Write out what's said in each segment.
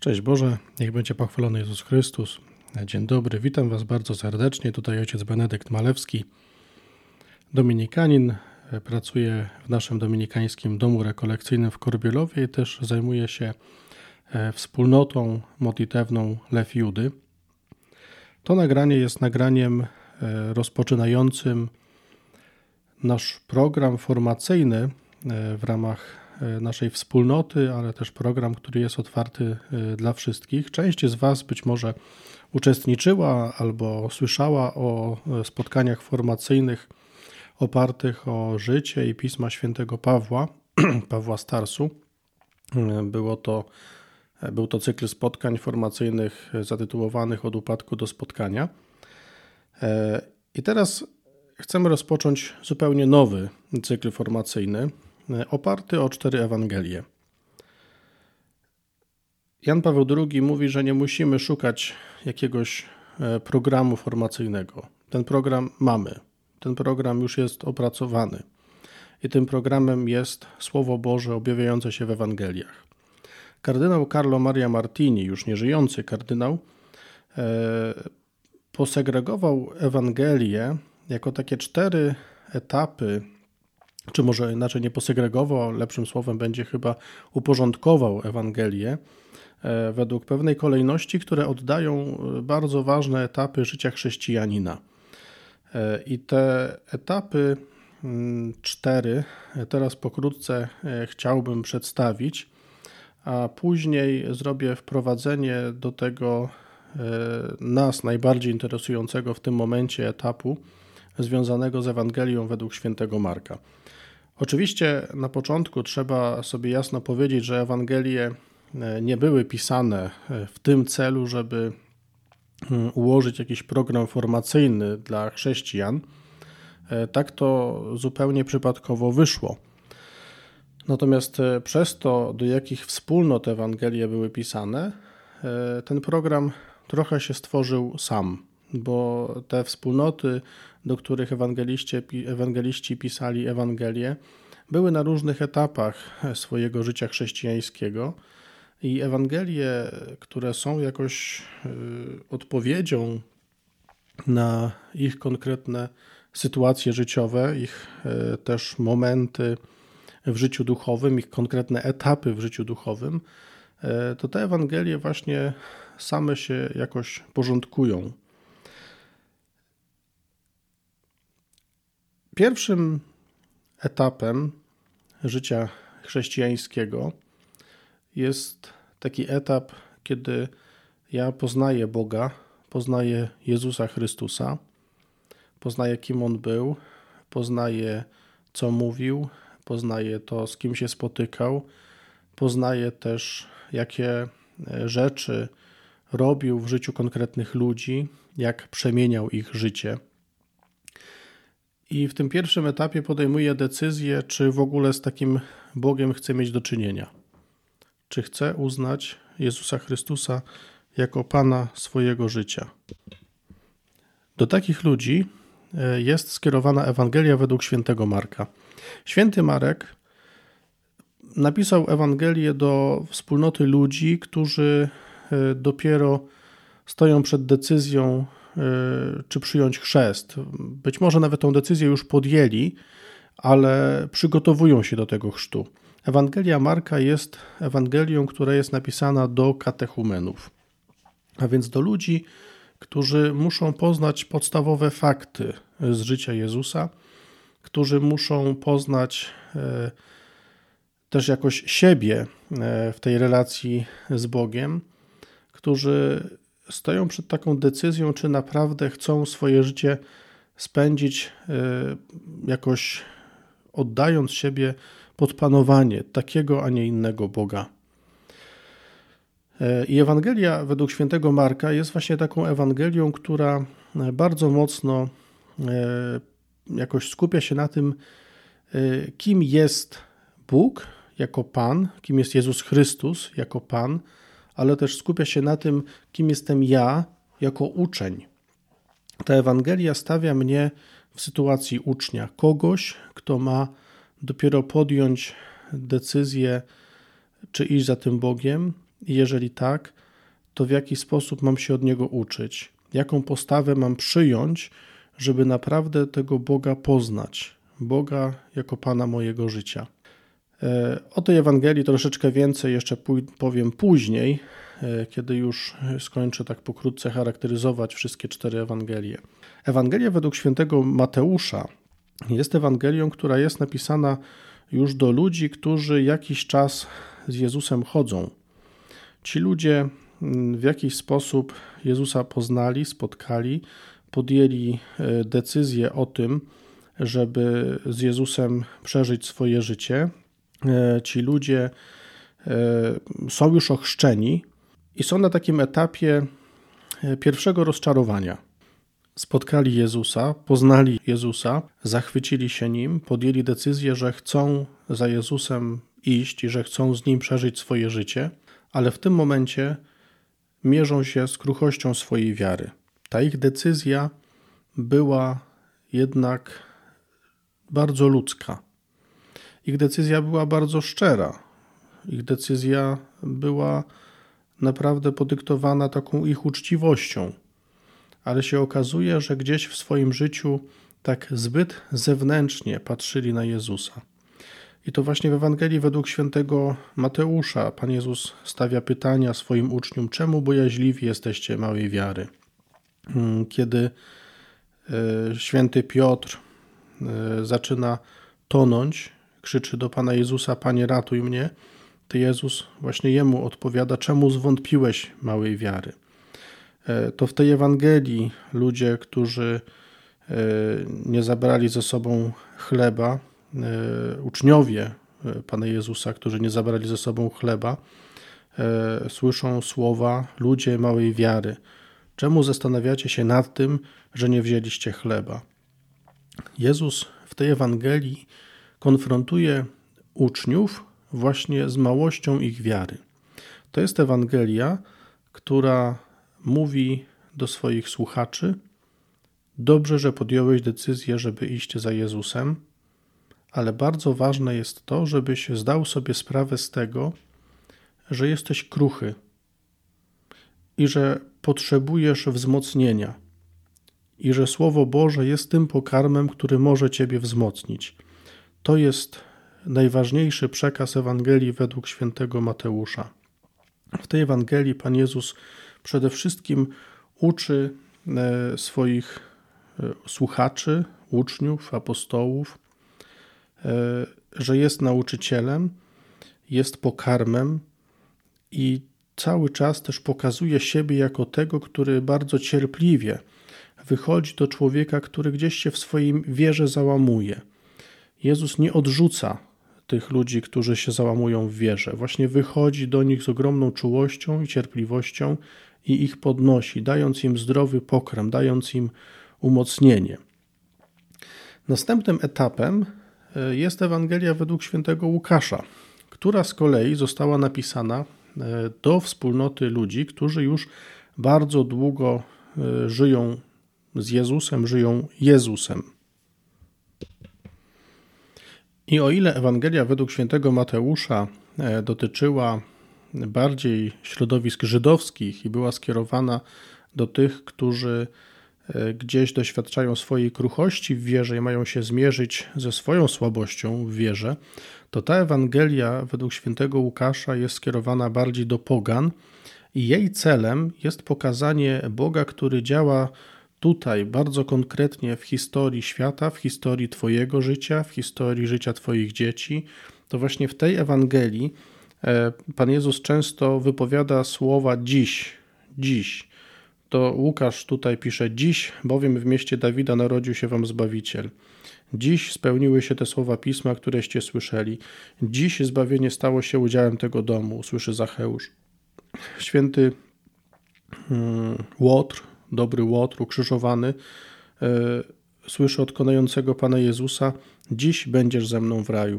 Szczęść Boże, niech będzie pochwalony Jezus Chrystus. Dzień dobry, witam Was bardzo serdecznie. Tutaj ojciec Benedykt Malewski, dominikanin. Pracuję w naszym dominikańskim domu rekolekcyjnym w Korbielowie i też zajmuję się wspólnotą modlitewną Lew Judy. To nagranie jest nagraniem rozpoczynającym nasz program formacyjny w ramach naszej wspólnoty, ale też program, który jest otwarty dla wszystkich. Część z Was być może uczestniczyła albo słyszała o spotkaniach formacyjnych opartych o życie i pisma świętego Pawła, Pawła z Tarsu. Był to cykl spotkań formacyjnych zatytułowanych Od upadku do spotkania. I teraz chcemy rozpocząć zupełnie nowy cykl formacyjny, oparty o 4 Ewangelie. Jan Paweł II mówi, że nie musimy szukać jakiegoś programu formacyjnego. Ten program mamy. Ten program już jest opracowany. I tym programem jest Słowo Boże objawiające się w Ewangeliach. Kardynał Carlo Maria Martini, już nieżyjący kardynał, posegregował Ewangelię jako takie 4 etapy, czy może inaczej nie posegregował, lepszym słowem będzie chyba uporządkował Ewangelię według pewnej kolejności, które oddają bardzo ważne etapy życia chrześcijanina. I te etapy 4 teraz pokrótce chciałbym przedstawić, a później zrobię wprowadzenie do tego nas najbardziej interesującego w tym momencie etapu związanego z Ewangelią według świętego Marka. Oczywiście na początku trzeba sobie jasno powiedzieć, że Ewangelie nie były pisane w tym celu, żeby ułożyć jakiś program formacyjny dla chrześcijan. Tak to zupełnie przypadkowo wyszło. Natomiast przez to, do jakich wspólnot Ewangelie były pisane, ten program trochę się stworzył sam, bo te wspólnoty, do których ewangeliści pisali Ewangelie, były na różnych etapach swojego życia chrześcijańskiego i Ewangelie, które są jakoś odpowiedzią na ich konkretne sytuacje życiowe, ich też momenty w życiu duchowym, ich konkretne etapy w życiu duchowym, to te Ewangelie właśnie same się jakoś porządkują. Pierwszym etapem życia chrześcijańskiego jest taki etap, kiedy ja poznaję Boga, poznaję Jezusa Chrystusa, poznaję, kim On był, poznaję, co mówił, poznaję to, z kim się spotykał, poznaję też, jakie rzeczy robił w życiu konkretnych ludzi, jak przemieniał ich życie. I w tym pierwszym etapie podejmuję decyzję, czy w ogóle z takim Bogiem chcę mieć do czynienia. Czy chcę uznać Jezusa Chrystusa jako Pana swojego życia. Do takich ludzi jest skierowana Ewangelia według świętego Marka. Święty Marek napisał Ewangelię do wspólnoty ludzi, którzy dopiero stoją przed decyzją, czy przyjąć chrzest. Być może nawet tą decyzję już podjęli, ale przygotowują się do tego chrztu. Ewangelia Marka jest Ewangelią, która jest napisana do katechumenów, a więc do ludzi, którzy muszą poznać podstawowe fakty z życia Jezusa, którzy muszą poznać też jakoś siebie w tej relacji z Bogiem, którzy stoją przed taką decyzją, czy naprawdę chcą swoje życie spędzić jakoś oddając siebie pod panowanie takiego, a nie innego Boga. I Ewangelia według świętego Marka jest właśnie taką Ewangelią, która bardzo mocno jakoś skupia się na tym, kim jest Bóg jako Pan, kim jest Jezus Chrystus jako Pan, ale też skupia się na tym, kim jestem ja jako uczeń. Ta Ewangelia stawia mnie w sytuacji ucznia, kogoś, kto ma dopiero podjąć decyzję, czy iść za tym Bogiem, I jeżeli tak, to w jaki sposób mam się od Niego uczyć? Jaką postawę mam przyjąć, żeby naprawdę tego Boga poznać? Boga jako Pana mojego życia. O tej Ewangelii troszeczkę więcej jeszcze powiem później, kiedy już skończę tak pokrótce charakteryzować wszystkie 4 Ewangelie. Ewangelia według świętego Mateusza jest Ewangelią, która jest napisana już do ludzi, którzy jakiś czas z Jezusem chodzą. Ci ludzie w jakiś sposób Jezusa poznali, spotkali, podjęli decyzję o tym, żeby z Jezusem przeżyć swoje życie. Ci ludzie są już ochrzczeni i są na takim etapie pierwszego rozczarowania. Spotkali Jezusa, poznali Jezusa, zachwycili się Nim, podjęli decyzję, że chcą za Jezusem iść i że chcą z Nim przeżyć swoje życie, ale w tym momencie mierzą się z kruchością swojej wiary. Ta ich decyzja była jednak bardzo ludzka. Ich decyzja była bardzo szczera. Ich decyzja była naprawdę podyktowana taką ich uczciwością. Ale się okazuje, że gdzieś w swoim życiu tak zbyt zewnętrznie patrzyli na Jezusa. I to właśnie w Ewangelii według świętego Mateusza Pan Jezus stawia pytania swoim uczniom, czemu bojaźliwi jesteście małej wiary? Kiedy święty Piotr zaczyna tonąć, krzyczy do Pana Jezusa, Panie ratuj mnie, to Jezus właśnie jemu odpowiada, czemu zwątpiłeś małej wiary? To w tej Ewangelii ludzie, którzy nie zabrali ze sobą chleba, uczniowie Pana Jezusa, którzy nie zabrali ze sobą chleba, słyszą słowa, ludzie małej wiary. Czemu zastanawiacie się nad tym, że nie wzięliście chleba? Jezus w tej Ewangelii konfrontuje uczniów właśnie z małością ich wiary. To jest Ewangelia, która mówi do swoich słuchaczy, dobrze, że podjąłeś decyzję, żeby iść za Jezusem, ale bardzo ważne jest to, żebyś zdał sobie sprawę z tego, że jesteś kruchy i że potrzebujesz wzmocnienia i że Słowo Boże jest tym pokarmem, który może Ciebie wzmocnić. To jest najważniejszy przekaz Ewangelii według świętego Mateusza. W tej Ewangelii Pan Jezus przede wszystkim uczy swoich słuchaczy, uczniów, apostołów, że jest nauczycielem, jest pokarmem i cały czas też pokazuje siebie jako tego, który bardzo cierpliwie wychodzi do człowieka, który gdzieś się w swojej wierze załamuje. Jezus nie odrzuca tych ludzi, którzy się załamują w wierze. Właśnie wychodzi do nich z ogromną czułością i cierpliwością i ich podnosi, dając im zdrowy pokarm, dając im umocnienie. Następnym etapem jest Ewangelia według świętego Łukasza, która z kolei została napisana do wspólnoty ludzi, którzy już bardzo długo żyją z Jezusem, żyją Jezusem. I o ile Ewangelia według świętego Mateusza dotyczyła bardziej środowisk żydowskich i była skierowana do tych, którzy gdzieś doświadczają swojej kruchości w wierze i mają się zmierzyć ze swoją słabością w wierze, to ta Ewangelia według świętego Łukasza jest skierowana bardziej do pogan i jej celem jest pokazanie Boga, który działa tutaj bardzo konkretnie w historii świata, w historii Twojego życia, w historii życia Twoich dzieci. To właśnie w tej Ewangelii Pan Jezus często wypowiada słowa dziś. To Łukasz tutaj pisze, dziś bowiem w mieście Dawida narodził się wam Zbawiciel. Dziś spełniły się te słowa Pisma, któreście słyszeli. Dziś zbawienie stało się udziałem tego domu, słyszy Zacheusz. Święty Łotr, dobry Łotr, ukrzyżowany, słyszy od konającego Pana Jezusa, dziś będziesz ze mną w raju.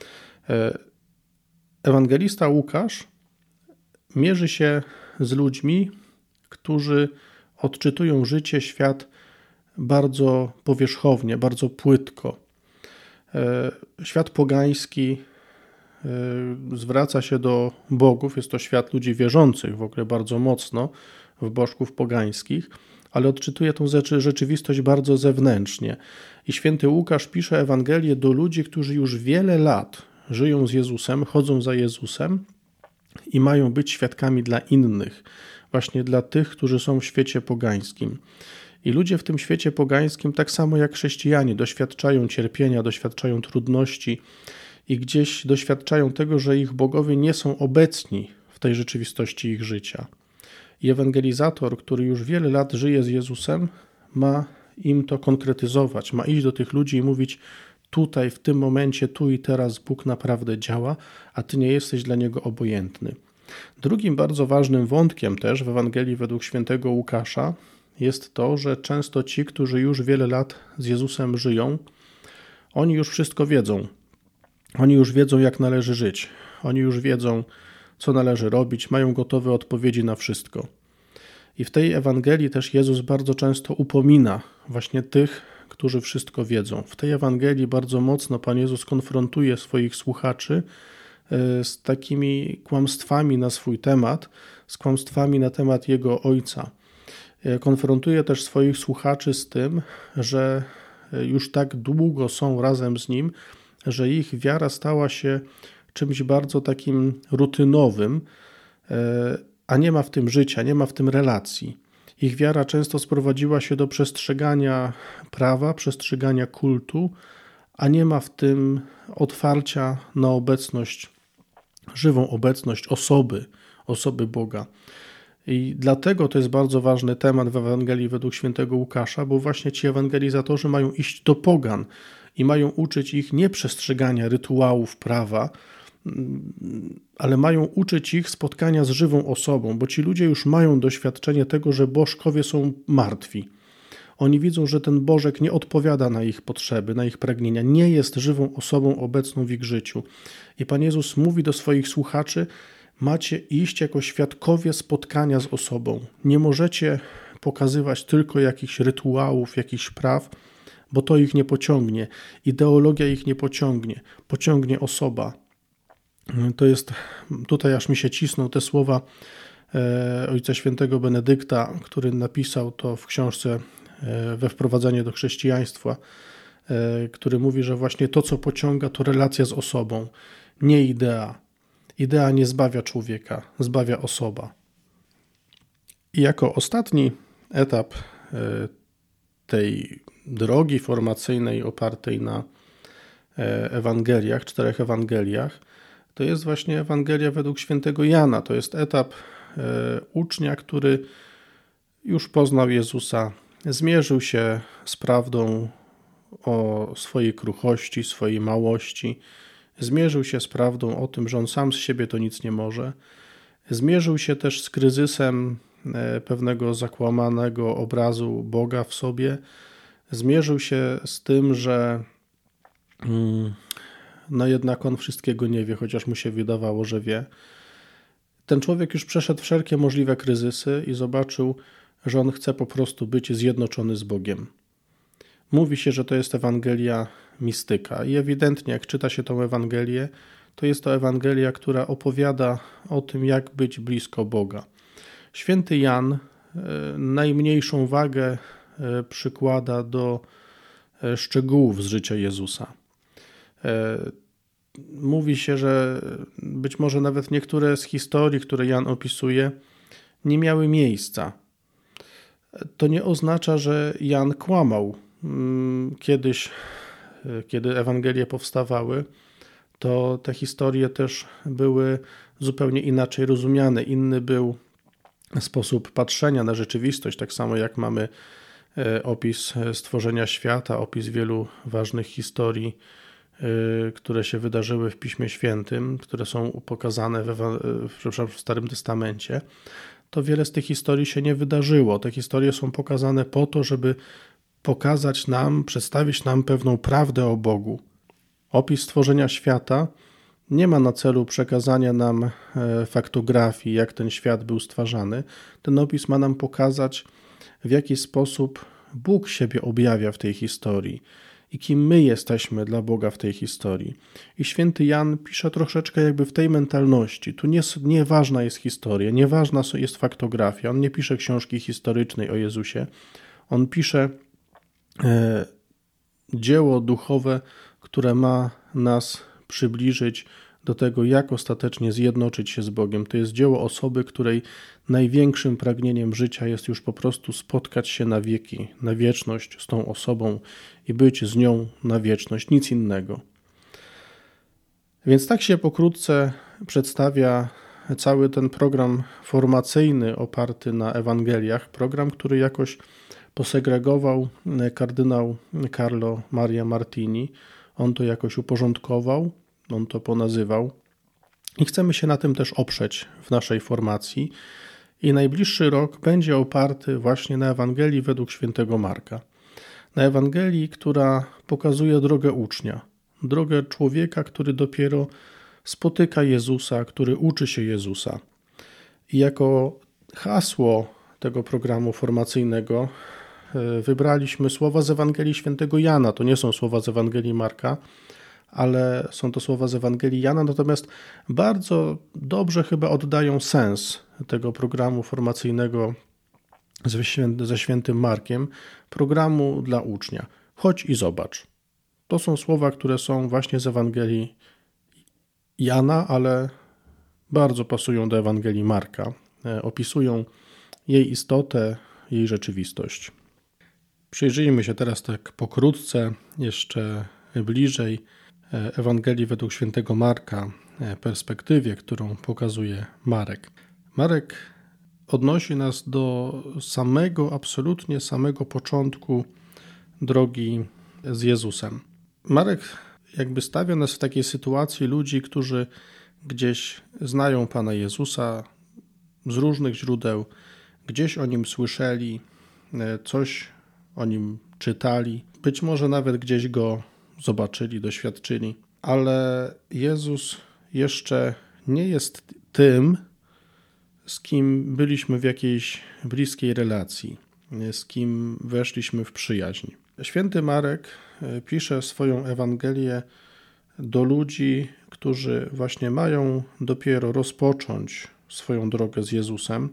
Ewangelista Łukasz mierzy się z ludźmi, którzy odczytują życie, świat bardzo powierzchownie, bardzo płytko. Świat pogański zwraca się do bogów, jest to świat ludzi wierzących w ogóle bardzo mocno w bożków pogańskich, ale odczytuje tą rzeczywistość bardzo zewnętrznie. I święty Łukasz pisze Ewangelię do ludzi, którzy już wiele lat żyją z Jezusem, chodzą za Jezusem i mają być świadkami dla innych, właśnie dla tych, którzy są w świecie pogańskim. I ludzie w tym świecie pogańskim, tak samo jak chrześcijanie, doświadczają cierpienia, doświadczają trudności i gdzieś doświadczają tego, że ich bogowie nie są obecni w tej rzeczywistości ich życia. I ewangelizator, który już wiele lat żyje z Jezusem, ma im to konkretyzować, ma iść do tych ludzi i mówić: tutaj, w tym momencie, tu i teraz Bóg naprawdę działa, a ty nie jesteś dla Niego obojętny. Drugim bardzo ważnym wątkiem też w Ewangelii według świętego Łukasza jest to, że często ci, którzy już wiele lat z Jezusem żyją, oni już wszystko wiedzą. Oni już wiedzą, jak należy żyć. Oni już wiedzą, co należy robić, mają gotowe odpowiedzi na wszystko. I w tej Ewangelii też Jezus bardzo często upomina właśnie tych, którzy wszystko wiedzą. W tej Ewangelii bardzo mocno Pan Jezus konfrontuje swoich słuchaczy z takimi kłamstwami na swój temat, z kłamstwami na temat Jego Ojca. Konfrontuje też swoich słuchaczy z tym, że już tak długo są razem z Nim, że ich wiara stała się czymś bardzo takim rutynowym, a nie ma w tym życia, nie ma w tym relacji. Ich wiara często sprowadziła się do przestrzegania prawa, przestrzegania kultu, a nie ma w tym otwarcia na obecność, żywą obecność osoby Boga. I dlatego to jest bardzo ważny temat w Ewangelii według świętego Łukasza, bo właśnie ci ewangelizatorzy mają iść do pogan i mają uczyć ich nie przestrzegania rytuałów prawa, ale mają uczyć ich spotkania z żywą osobą, bo ci ludzie już mają doświadczenie tego, że bożkowie są martwi. Oni widzą, że ten Bożek nie odpowiada na ich potrzeby, na ich pragnienia, nie jest żywą osobą obecną w ich życiu. I Pan Jezus mówi do swoich słuchaczy: macie iść jako świadkowie spotkania z osobą. Nie możecie pokazywać tylko jakichś rytuałów, jakichś praw, bo to ich nie pociągnie. Ideologia ich nie pociągnie. Pociągnie osoba. To jest, tutaj aż mi się cisną te słowa Ojca Świętego Benedykta, który napisał to w książce We wprowadzenie do chrześcijaństwa, który mówi, że właśnie to, co pociąga, to relacja z osobą, nie idea. Idea nie zbawia człowieka, zbawia osoba. I jako ostatni etap tej drogi formacyjnej opartej na Ewangeliach, 4 Ewangeliach, to jest właśnie Ewangelia według świętego Jana. To jest etap ucznia, który już poznał Jezusa, zmierzył się z prawdą o swojej kruchości, swojej małości, zmierzył się z prawdą o tym, że on sam z siebie to nic nie może. Zmierzył się też z kryzysem pewnego zakłamanego obrazu Boga w sobie. Zmierzył się z tym, że no jednak on wszystkiego nie wie, chociaż mu się wydawało, że wie. Ten człowiek już przeszedł wszelkie możliwe kryzysy i zobaczył, że on chce po prostu być zjednoczony z Bogiem. Mówi się, że to jest Ewangelia mistyka i ewidentnie jak czyta się tą Ewangelię, to jest to Ewangelia, która opowiada o tym, jak być blisko Boga. Święty Jan najmniejszą wagę przykłada do szczegółów z życia Jezusa. Mówi się, że być może nawet niektóre z historii, które Jan opisuje, nie miały miejsca. To nie oznacza, że Jan kłamał. Kiedyś, kiedy Ewangelie powstawały, to te historie też były zupełnie inaczej rozumiane. Inny był sposób patrzenia na rzeczywistość, tak samo jak mamy opis stworzenia świata, opis wielu ważnych historii, które się wydarzyły w Piśmie Świętym, które są pokazane w Starym Testamencie, to wiele z tych historii się nie wydarzyło. Te historie są pokazane po to, żeby pokazać nam, przedstawić nam pewną prawdę o Bogu. Opis stworzenia świata nie ma na celu przekazania nam faktografii, jak ten świat był stwarzany. Ten opis ma nam pokazać, w jaki sposób Bóg siebie objawia w tej historii. i kim my jesteśmy dla Boga w tej historii. I święty Jan pisze troszeczkę jakby w tej mentalności. Tu nieważna jest historia, nieważna jest faktografia. On nie pisze książki historycznej o Jezusie. On pisze dzieło duchowe, które ma nas przybliżyć do tego, jak ostatecznie zjednoczyć się z Bogiem. To jest dzieło osoby, której największym pragnieniem życia jest już po prostu spotkać się na wieki, na wieczność z tą osobą i być z nią na wieczność, nic innego. Więc tak się pokrótce przedstawia cały ten program formacyjny oparty na Ewangeliach, program, który jakoś posegregował kardynał Carlo Maria Martini. On to jakoś uporządkował, on to ponazywał i chcemy się na tym też oprzeć w naszej formacji. I najbliższy rok będzie oparty właśnie na Ewangelii według świętego Marka. Na Ewangelii, która pokazuje drogę ucznia, drogę człowieka, który dopiero spotyka Jezusa, który uczy się Jezusa. I jako hasło tego programu formacyjnego wybraliśmy słowa z Ewangelii świętego Jana. To nie są słowa z Ewangelii Marka, ale są to słowa z Ewangelii Jana, natomiast bardzo dobrze chyba oddają sens tego programu formacyjnego ze świętym Markiem, programu dla ucznia. Chodź i zobacz. To są słowa, które są właśnie z Ewangelii Jana, ale bardzo pasują do Ewangelii Marka. Opisują jej istotę, jej rzeczywistość. Przyjrzyjmy się teraz tak pokrótce, jeszcze bliżej Ewangelii według świętego Marka, perspektywie, którą pokazuje Marek. Marek odnosi nas do absolutnie samego początku drogi z Jezusem. Marek jakby stawia nas w takiej sytuacji ludzi, którzy gdzieś znają Pana Jezusa z różnych źródeł, gdzieś o Nim słyszeli, coś o Nim czytali, być może nawet gdzieś Go zobaczyli, doświadczyli, ale Jezus jeszcze nie jest tym, z kim byliśmy w jakiejś bliskiej relacji, z kim weszliśmy w przyjaźń. Święty Marek pisze swoją Ewangelię do ludzi, którzy właśnie mają dopiero rozpocząć swoją drogę z Jezusem.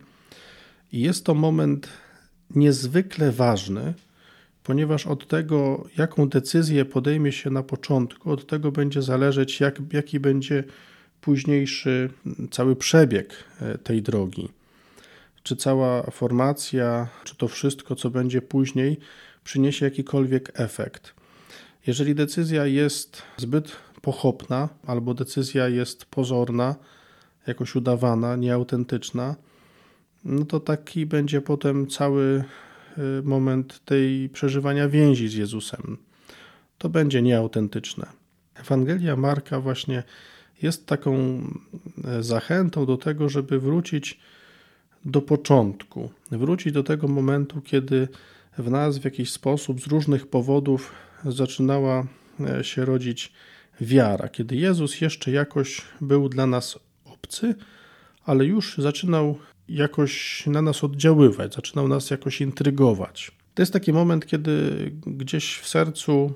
I jest to moment niezwykle ważny, ponieważ od tego, jaką decyzję podejmie się na początku, od tego będzie zależeć, jaki będzie późniejszy cały przebieg tej drogi. Czy cała formacja, czy to wszystko, co będzie później, przyniesie jakikolwiek efekt. Jeżeli decyzja jest zbyt pochopna, albo decyzja jest pozorna, jakoś udawana, nieautentyczna, no to taki będzie potem cały moment tej przeżywania więzi z Jezusem. To będzie nieautentyczne. Ewangelia Marka właśnie jest taką zachętą do tego, żeby wrócić do początku, wrócić do tego momentu, kiedy w nas w jakiś sposób z różnych powodów zaczynała się rodzić wiara, kiedy Jezus jeszcze jakoś był dla nas obcy, ale już zaczynał jakoś na nas oddziaływać, zaczynał nas jakoś intrygować. To jest taki moment, kiedy gdzieś w sercu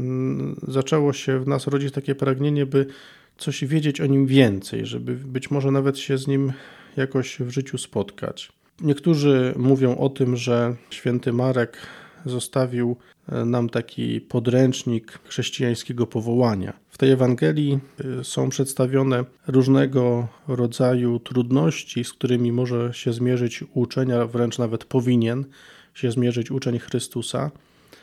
zaczęło się w nas rodzić takie pragnienie, by coś wiedzieć o Nim więcej, żeby być może nawet się z Nim jakoś w życiu spotkać. Niektórzy mówią o tym, że święty Marek zostawił nam taki podręcznik chrześcijańskiego powołania. W tej Ewangelii są przedstawione różnego rodzaju trudności, z którymi może się zmierzyć uczeń, a wręcz nawet powinien się zmierzyć uczeń Chrystusa,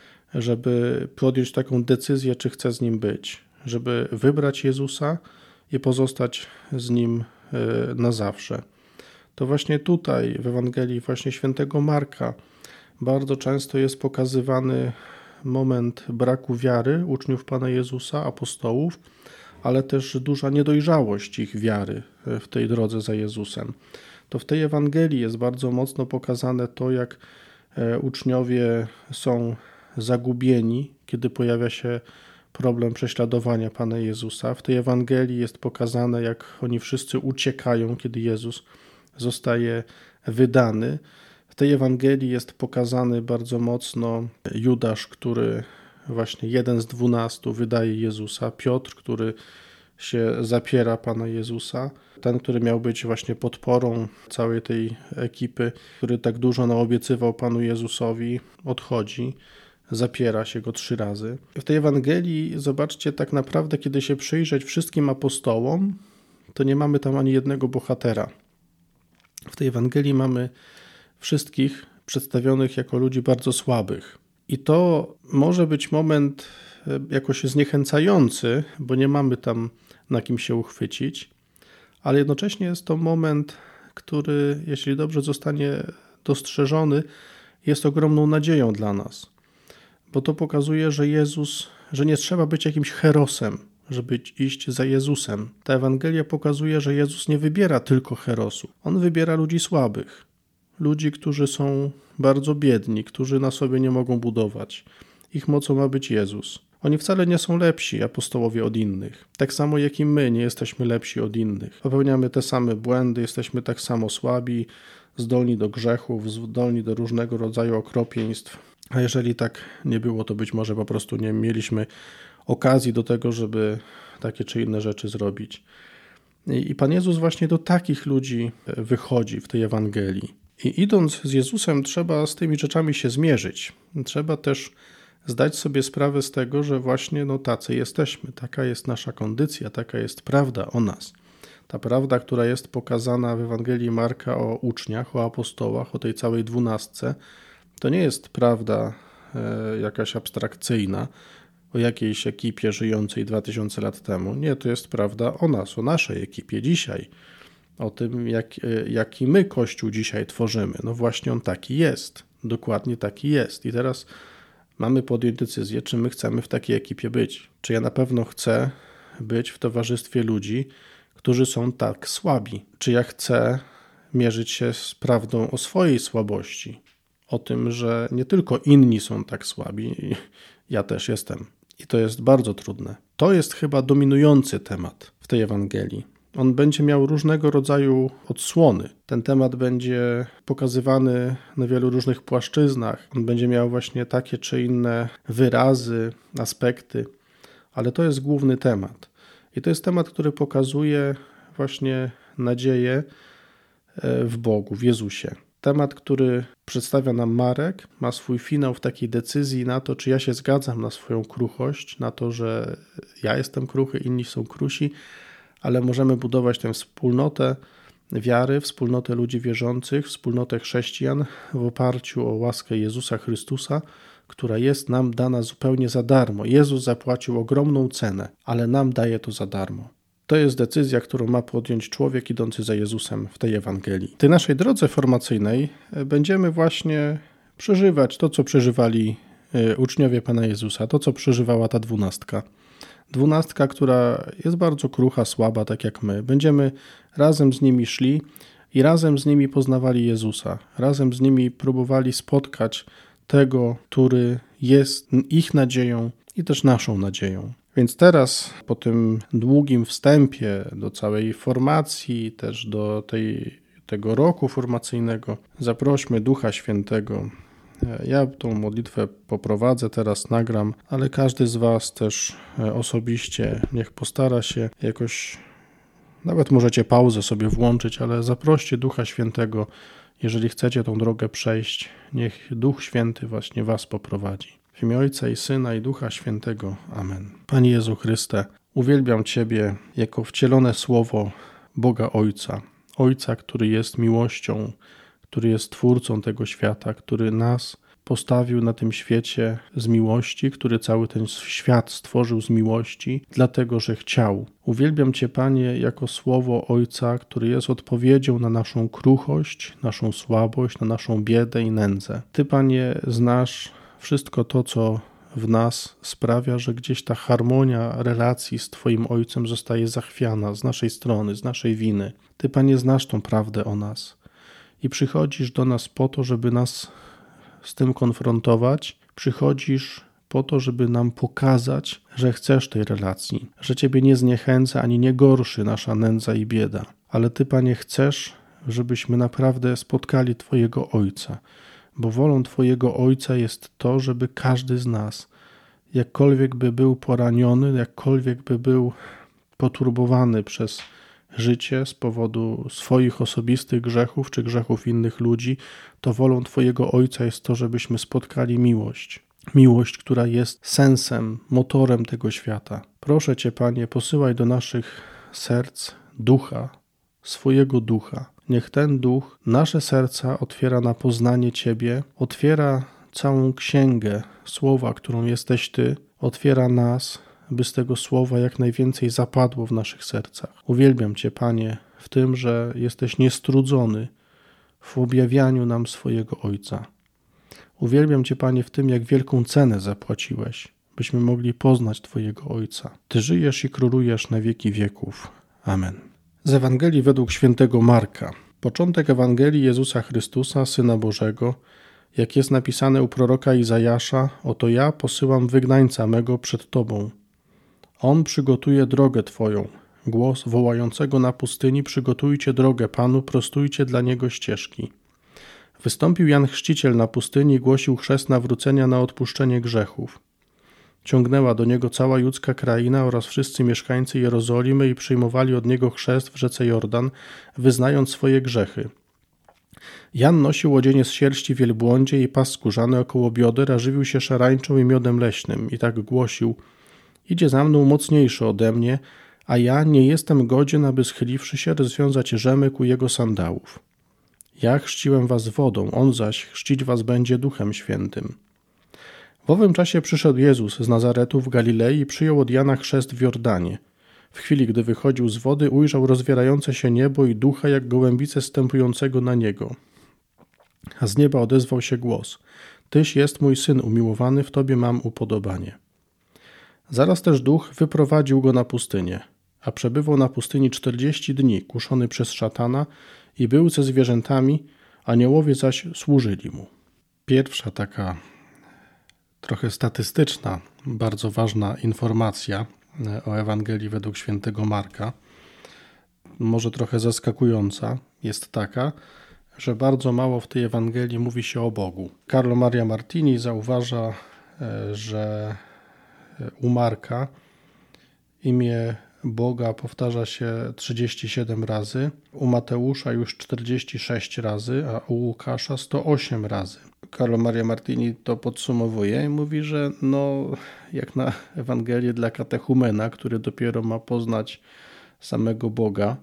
żeby podjąć taką decyzję, czy chce z Nim być, żeby wybrać Jezusa i pozostać z Nim na zawsze. To właśnie tutaj w Ewangelii właśnie świętego Marka bardzo często jest pokazywany moment braku wiary uczniów Pana Jezusa, apostołów, ale też duża niedojrzałość ich wiary w tej drodze za Jezusem. To w tej Ewangelii jest bardzo mocno pokazane to, jak uczniowie są zagubieni, kiedy pojawia się problem prześladowania Pana Jezusa. W tej Ewangelii jest pokazane, jak oni wszyscy uciekają, kiedy Jezus zostaje wydany. W tej Ewangelii jest pokazany bardzo mocno Judasz, który właśnie jeden z 12 wydaje Jezusa, Piotr, który się zapiera Pana Jezusa, ten, który miał być właśnie podporą całej tej ekipy, który tak dużo naobiecywał Panu Jezusowi, odchodzi, zapiera się go 3 razy. W tej Ewangelii, zobaczcie, tak naprawdę, kiedy się przyjrzeć wszystkim apostołom, to nie mamy tam ani jednego bohatera. W tej Ewangelii mamy wszystkich przedstawionych jako ludzi bardzo słabych. I to może być moment jakoś zniechęcający, bo nie mamy tam na kim się uchwycić, ale jednocześnie jest to moment, który, jeśli dobrze zostanie dostrzeżony, jest ogromną nadzieją dla nas. Bo to pokazuje, że nie trzeba być jakimś herosem, żeby iść za Jezusem. Ta Ewangelia pokazuje, że Jezus nie wybiera tylko herosów. On wybiera ludzi słabych. Ludzi, którzy są bardzo biedni, którzy na sobie nie mogą budować. Ich mocą ma być Jezus. Oni wcale nie są lepsi, apostołowie, od innych. Tak samo jak i my nie jesteśmy lepsi od innych. Popełniamy te same błędy, jesteśmy tak samo słabi, zdolni do grzechów, zdolni do różnego rodzaju okropieństw. A jeżeli tak nie było, to być może po prostu nie mieliśmy okazji do tego, żeby takie czy inne rzeczy zrobić. I Pan Jezus właśnie do takich ludzi wychodzi w tej Ewangelii. I idąc z Jezusem, trzeba z tymi rzeczami się zmierzyć. Trzeba też zdać sobie sprawę z tego, że właśnie tacy jesteśmy. Taka jest nasza kondycja, taka jest prawda o nas. Ta prawda, która jest pokazana w Ewangelii Marka o uczniach, o apostołach, o tej całej 12, to nie jest prawda jakaś abstrakcyjna, o jakiejś ekipie żyjącej 2000 lat temu. Nie, to jest prawda o nas, o naszej ekipie dzisiaj. O tym, jaki my Kościół dzisiaj tworzymy. No właśnie on taki jest. Dokładnie taki jest. I teraz mamy podjąć decyzję, czy my chcemy w takiej ekipie być. Czy ja na pewno chcę być w towarzystwie ludzi, którzy są tak słabi. Czy ja chcę mierzyć się z prawdą o swojej słabości. O tym, że nie tylko inni są tak słabi, ja też jestem. I to jest bardzo trudne. To jest chyba dominujący temat w tej Ewangelii. On będzie miał różnego rodzaju odsłony. Ten temat będzie pokazywany na wielu różnych płaszczyznach. On będzie miał właśnie takie czy inne wyrazy, aspekty, ale to jest główny temat. I to jest temat, który pokazuje właśnie nadzieję w Bogu, w Jezusie. Temat, który przedstawia nam Marek, ma swój finał w takiej decyzji na to, czy ja się zgadzam na swoją kruchość, na to, że ja jestem kruchy, inni są krusi, ale możemy budować tę wspólnotę wiary, wspólnotę ludzi wierzących, wspólnotę chrześcijan w oparciu o łaskę Jezusa Chrystusa, która jest nam dana zupełnie za darmo. Jezus zapłacił ogromną cenę, ale nam daje to za darmo. To jest decyzja, którą ma podjąć człowiek idący za Jezusem w tej Ewangelii. W tej naszej drodze formacyjnej będziemy właśnie przeżywać to, co przeżywali uczniowie Pana Jezusa, to, co przeżywała ta 12. 12, która jest bardzo krucha, słaba, tak jak my. Będziemy razem z nimi szli i razem z nimi poznawali Jezusa. Razem z nimi próbowali spotkać tego, który jest ich nadzieją i też naszą nadzieją. Więc teraz, po tym długim wstępie do całej formacji, też do tego roku formacyjnego, zaprośmy Ducha Świętego. Ja tą modlitwę poprowadzę, teraz nagram, ale każdy z Was też osobiście niech postara się jakoś, nawet możecie pauzę sobie włączyć, ale zaproście Ducha Świętego, jeżeli chcecie tą drogę przejść, niech Duch Święty właśnie Was poprowadzi. W imię Ojca i Syna i Ducha Świętego. Amen. Panie Jezu Chryste, uwielbiam Ciebie jako wcielone słowo Boga Ojca. Ojca, który jest miłością, który jest Twórcą tego świata, który nas postawił na tym świecie z miłości, który cały ten świat stworzył z miłości, dlatego że chciał. Uwielbiam Cię, Panie, jako słowo Ojca, który jest odpowiedzią na naszą kruchość, naszą słabość, na naszą biedę i nędzę. Ty, Panie, znasz wszystko to, co w nas sprawia, że gdzieś ta harmonia relacji z Twoim Ojcem zostaje zachwiana z naszej strony, z naszej winy. Ty, Panie, znasz tą prawdę o nas i przychodzisz do nas po to, żeby nas z tym konfrontować. Przychodzisz po to, żeby nam pokazać, że chcesz tej relacji, że Ciebie nie zniechęca ani nie gorszy nasza nędza i bieda. Ale Ty, Panie, chcesz, żebyśmy naprawdę spotkali Twojego Ojca, bo wolą Twojego Ojca jest to, żeby każdy z nas jakkolwiek by był poraniony, jakkolwiek by był poturbowany przez życie z powodu swoich osobistych grzechów czy grzechów innych ludzi, to wolą Twojego Ojca jest to, żebyśmy spotkali miłość. Miłość, która jest sensem, motorem tego świata. Proszę Cię, Panie, posyłaj do naszych serc ducha, swojego ducha. Niech ten duch nasze serca otwiera na poznanie Ciebie, otwiera całą księgę słowa, którą jesteś Ty, otwiera nas, by z tego słowa jak najwięcej zapadło w naszych sercach. Uwielbiam Cię, Panie, w tym, że jesteś niestrudzony w objawianiu nam swojego Ojca. Uwielbiam Cię, Panie, w tym, jak wielką cenę zapłaciłeś, byśmy mogli poznać Twojego Ojca. Ty żyjesz i królujesz na wieki wieków. Amen. Z Ewangelii według świętego Marka. Początek Ewangelii Jezusa Chrystusa, Syna Bożego, jak jest napisane u proroka Izajasza, oto ja posyłam wygnańca mego przed Tobą. On przygotuje drogę Twoją. Głos wołającego na pustyni, przygotujcie drogę Panu, prostujcie dla Niego ścieżki. Wystąpił Jan Chrzciciel na pustyni i głosił chrzest nawrócenia na odpuszczenie grzechów. Ciągnęła do niego cała judzka kraina oraz wszyscy mieszkańcy Jerozolimy i przyjmowali od niego chrzest w rzece Jordan, wyznając swoje grzechy. Jan nosił odzienie z sierści wielbłądzie i pas skórzany około bioder, a żywił się szarańczą i miodem leśnym i tak głosił: idzie za mną mocniejszy ode mnie, a ja nie jestem godzien, aby schyliwszy się rozwiązać rzemek u jego sandałów. Ja chrzciłem was wodą, on zaś chrzcić was będzie Duchem Świętym. W owym czasie przyszedł Jezus z Nazaretu w Galilei i przyjął od Jana chrzest w Jordanie. W chwili, gdy wychodził z wody, ujrzał rozwierające się niebo i Ducha jak gołębicę zstępującego na niego. A z nieba odezwał się głos: Tyś jest mój Syn umiłowany, w Tobie mam upodobanie. Zaraz też Duch wyprowadził go na pustynię, a przebywał na pustyni 40 dni, kuszony przez szatana i był ze zwierzętami, aniołowie zaś służyli mu. Pierwsza taka trochę statystyczna, bardzo ważna informacja o Ewangelii według świętego Marka, może trochę zaskakująca, jest taka, że bardzo mało w tej Ewangelii mówi się o Bogu. Carlo Maria Martini zauważa, że u Marka imię Boga powtarza się 37 razy, u Mateusza już 46 razy, a u Łukasza 108 razy. Carlo Maria Martini to podsumowuje i mówi, że jak na Ewangelię dla katechumena, który dopiero ma poznać samego Boga,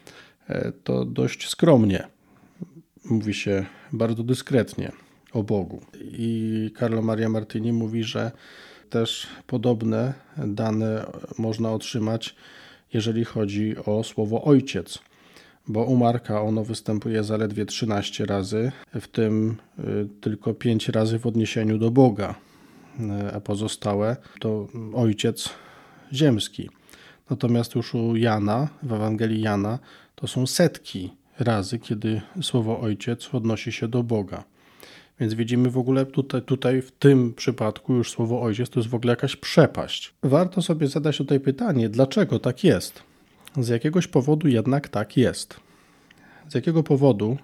to dość skromnie. Mówi się bardzo dyskretnie o Bogu. I Carlo Maria Martini mówi, że też podobne dane można otrzymać, jeżeli chodzi o słowo Ojciec, bo u Marka ono występuje zaledwie 13 razy, w tym tylko 5 razy w odniesieniu do Boga, a pozostałe to Ojciec ziemski. Natomiast już u Jana, w Ewangelii Jana, to są setki razy, kiedy słowo Ojciec odnosi się do Boga. Więc widzimy w ogóle tutaj w tym przypadku już słowo Ojciec to jest w ogóle jakaś przepaść. Warto sobie zadać tutaj pytanie, dlaczego tak jest? Z jakiegoś powodu jednak tak jest. Z jakiego powodu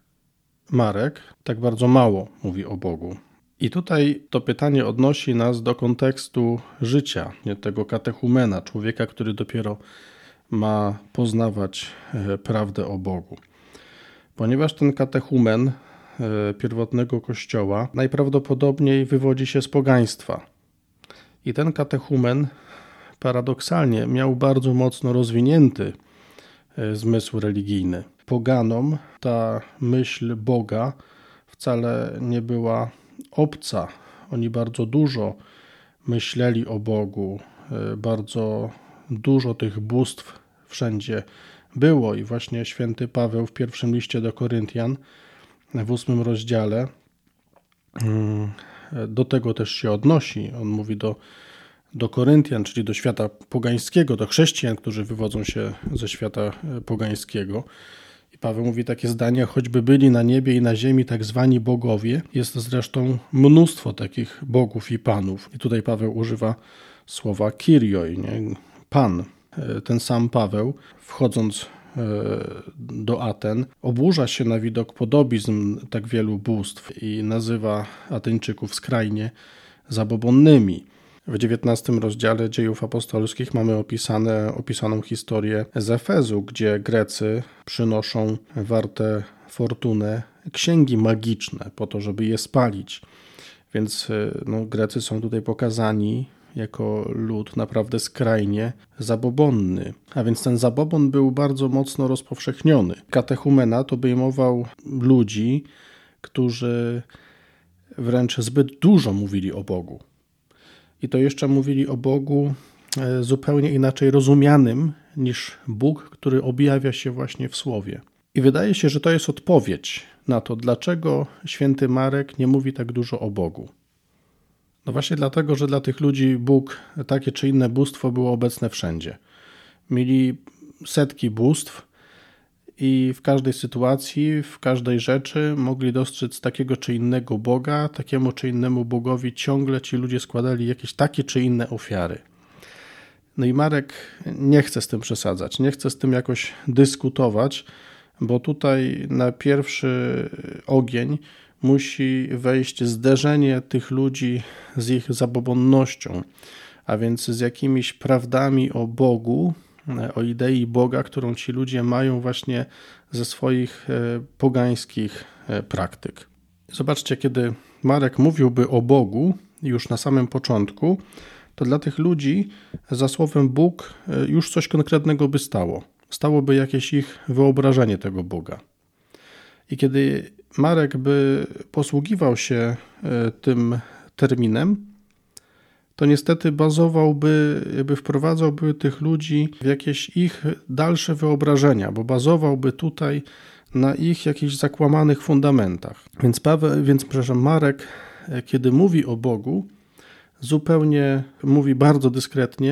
Marek tak bardzo mało mówi o Bogu? I tutaj to pytanie odnosi nas do kontekstu życia, nie tego katechumena, człowieka, który dopiero ma poznawać prawdę o Bogu. Ponieważ ten katechumen pierwotnego Kościoła najprawdopodobniej wywodzi się z pogaństwa. I ten katechumen paradoksalnie miał bardzo mocno rozwinięty zmysł religijny. Poganom ta myśl Boga wcale nie była obca. Oni bardzo dużo myśleli o Bogu, bardzo dużo tych bóstw wszędzie było i właśnie święty Paweł w pierwszym liście do Koryntian w 8 rozdziale do tego też się odnosi. On mówi do Koryntian, czyli do świata pogańskiego, do chrześcijan, którzy wywodzą się ze świata pogańskiego. I Paweł mówi takie zdania: choćby byli na niebie i na ziemi tak zwani bogowie, jest zresztą mnóstwo takich bogów i panów. I tutaj Paweł używa słowa Kyrioi, nie? Pan. Ten sam Paweł, wchodząc do Aten, oburza się na widok podobizn tak wielu bóstw i nazywa Ateńczyków skrajnie zabobonnymi. W 19 rozdziale Dziejów Apostolskich mamy opisaną historię z Efezu, gdzie Grecy przynoszą warte fortunę księgi magiczne po to, żeby je spalić. Więc Grecy są tutaj pokazani jako lud naprawdę skrajnie zabobonny. A więc ten zabobon był bardzo mocno rozpowszechniony. Katechumenat obejmował ludzi, którzy wręcz zbyt dużo mówili o Bogu. I to jeszcze mówili o Bogu zupełnie inaczej rozumianym niż Bóg, który objawia się właśnie w Słowie. I wydaje się, że to jest odpowiedź na to, dlaczego święty Marek nie mówi tak dużo o Bogu. No właśnie dlatego, że dla tych ludzi Bóg, takie czy inne bóstwo było obecne wszędzie. Mieli setki bóstw i w każdej sytuacji, w każdej rzeczy mogli dostrzec takiego czy innego Boga, takiemu czy innemu Bogowi ciągle ci ludzie składali jakieś takie czy inne ofiary. No i Marek nie chce z tym przesadzać, nie chce z tym jakoś dyskutować, bo tutaj na pierwszy ogień musi wejść zderzenie tych ludzi z ich zabobonnością, a więc z jakimiś prawdami o Bogu, o idei Boga, którą ci ludzie mają właśnie ze swoich pogańskich praktyk. Zobaczcie, kiedy Marek mówiłby o Bogu już na samym początku, to dla tych ludzi za słowem Bóg już coś konkretnego by stało. Stałoby jakieś ich wyobrażenie tego Boga. I kiedy Marek by posługiwał się tym terminem, to niestety wprowadzałby tych ludzi w jakieś ich dalsze wyobrażenia, bo bazowałby tutaj na ich jakichś zakłamanych fundamentach. Więc Marek, kiedy mówi o Bogu, zupełnie mówi bardzo dyskretnie,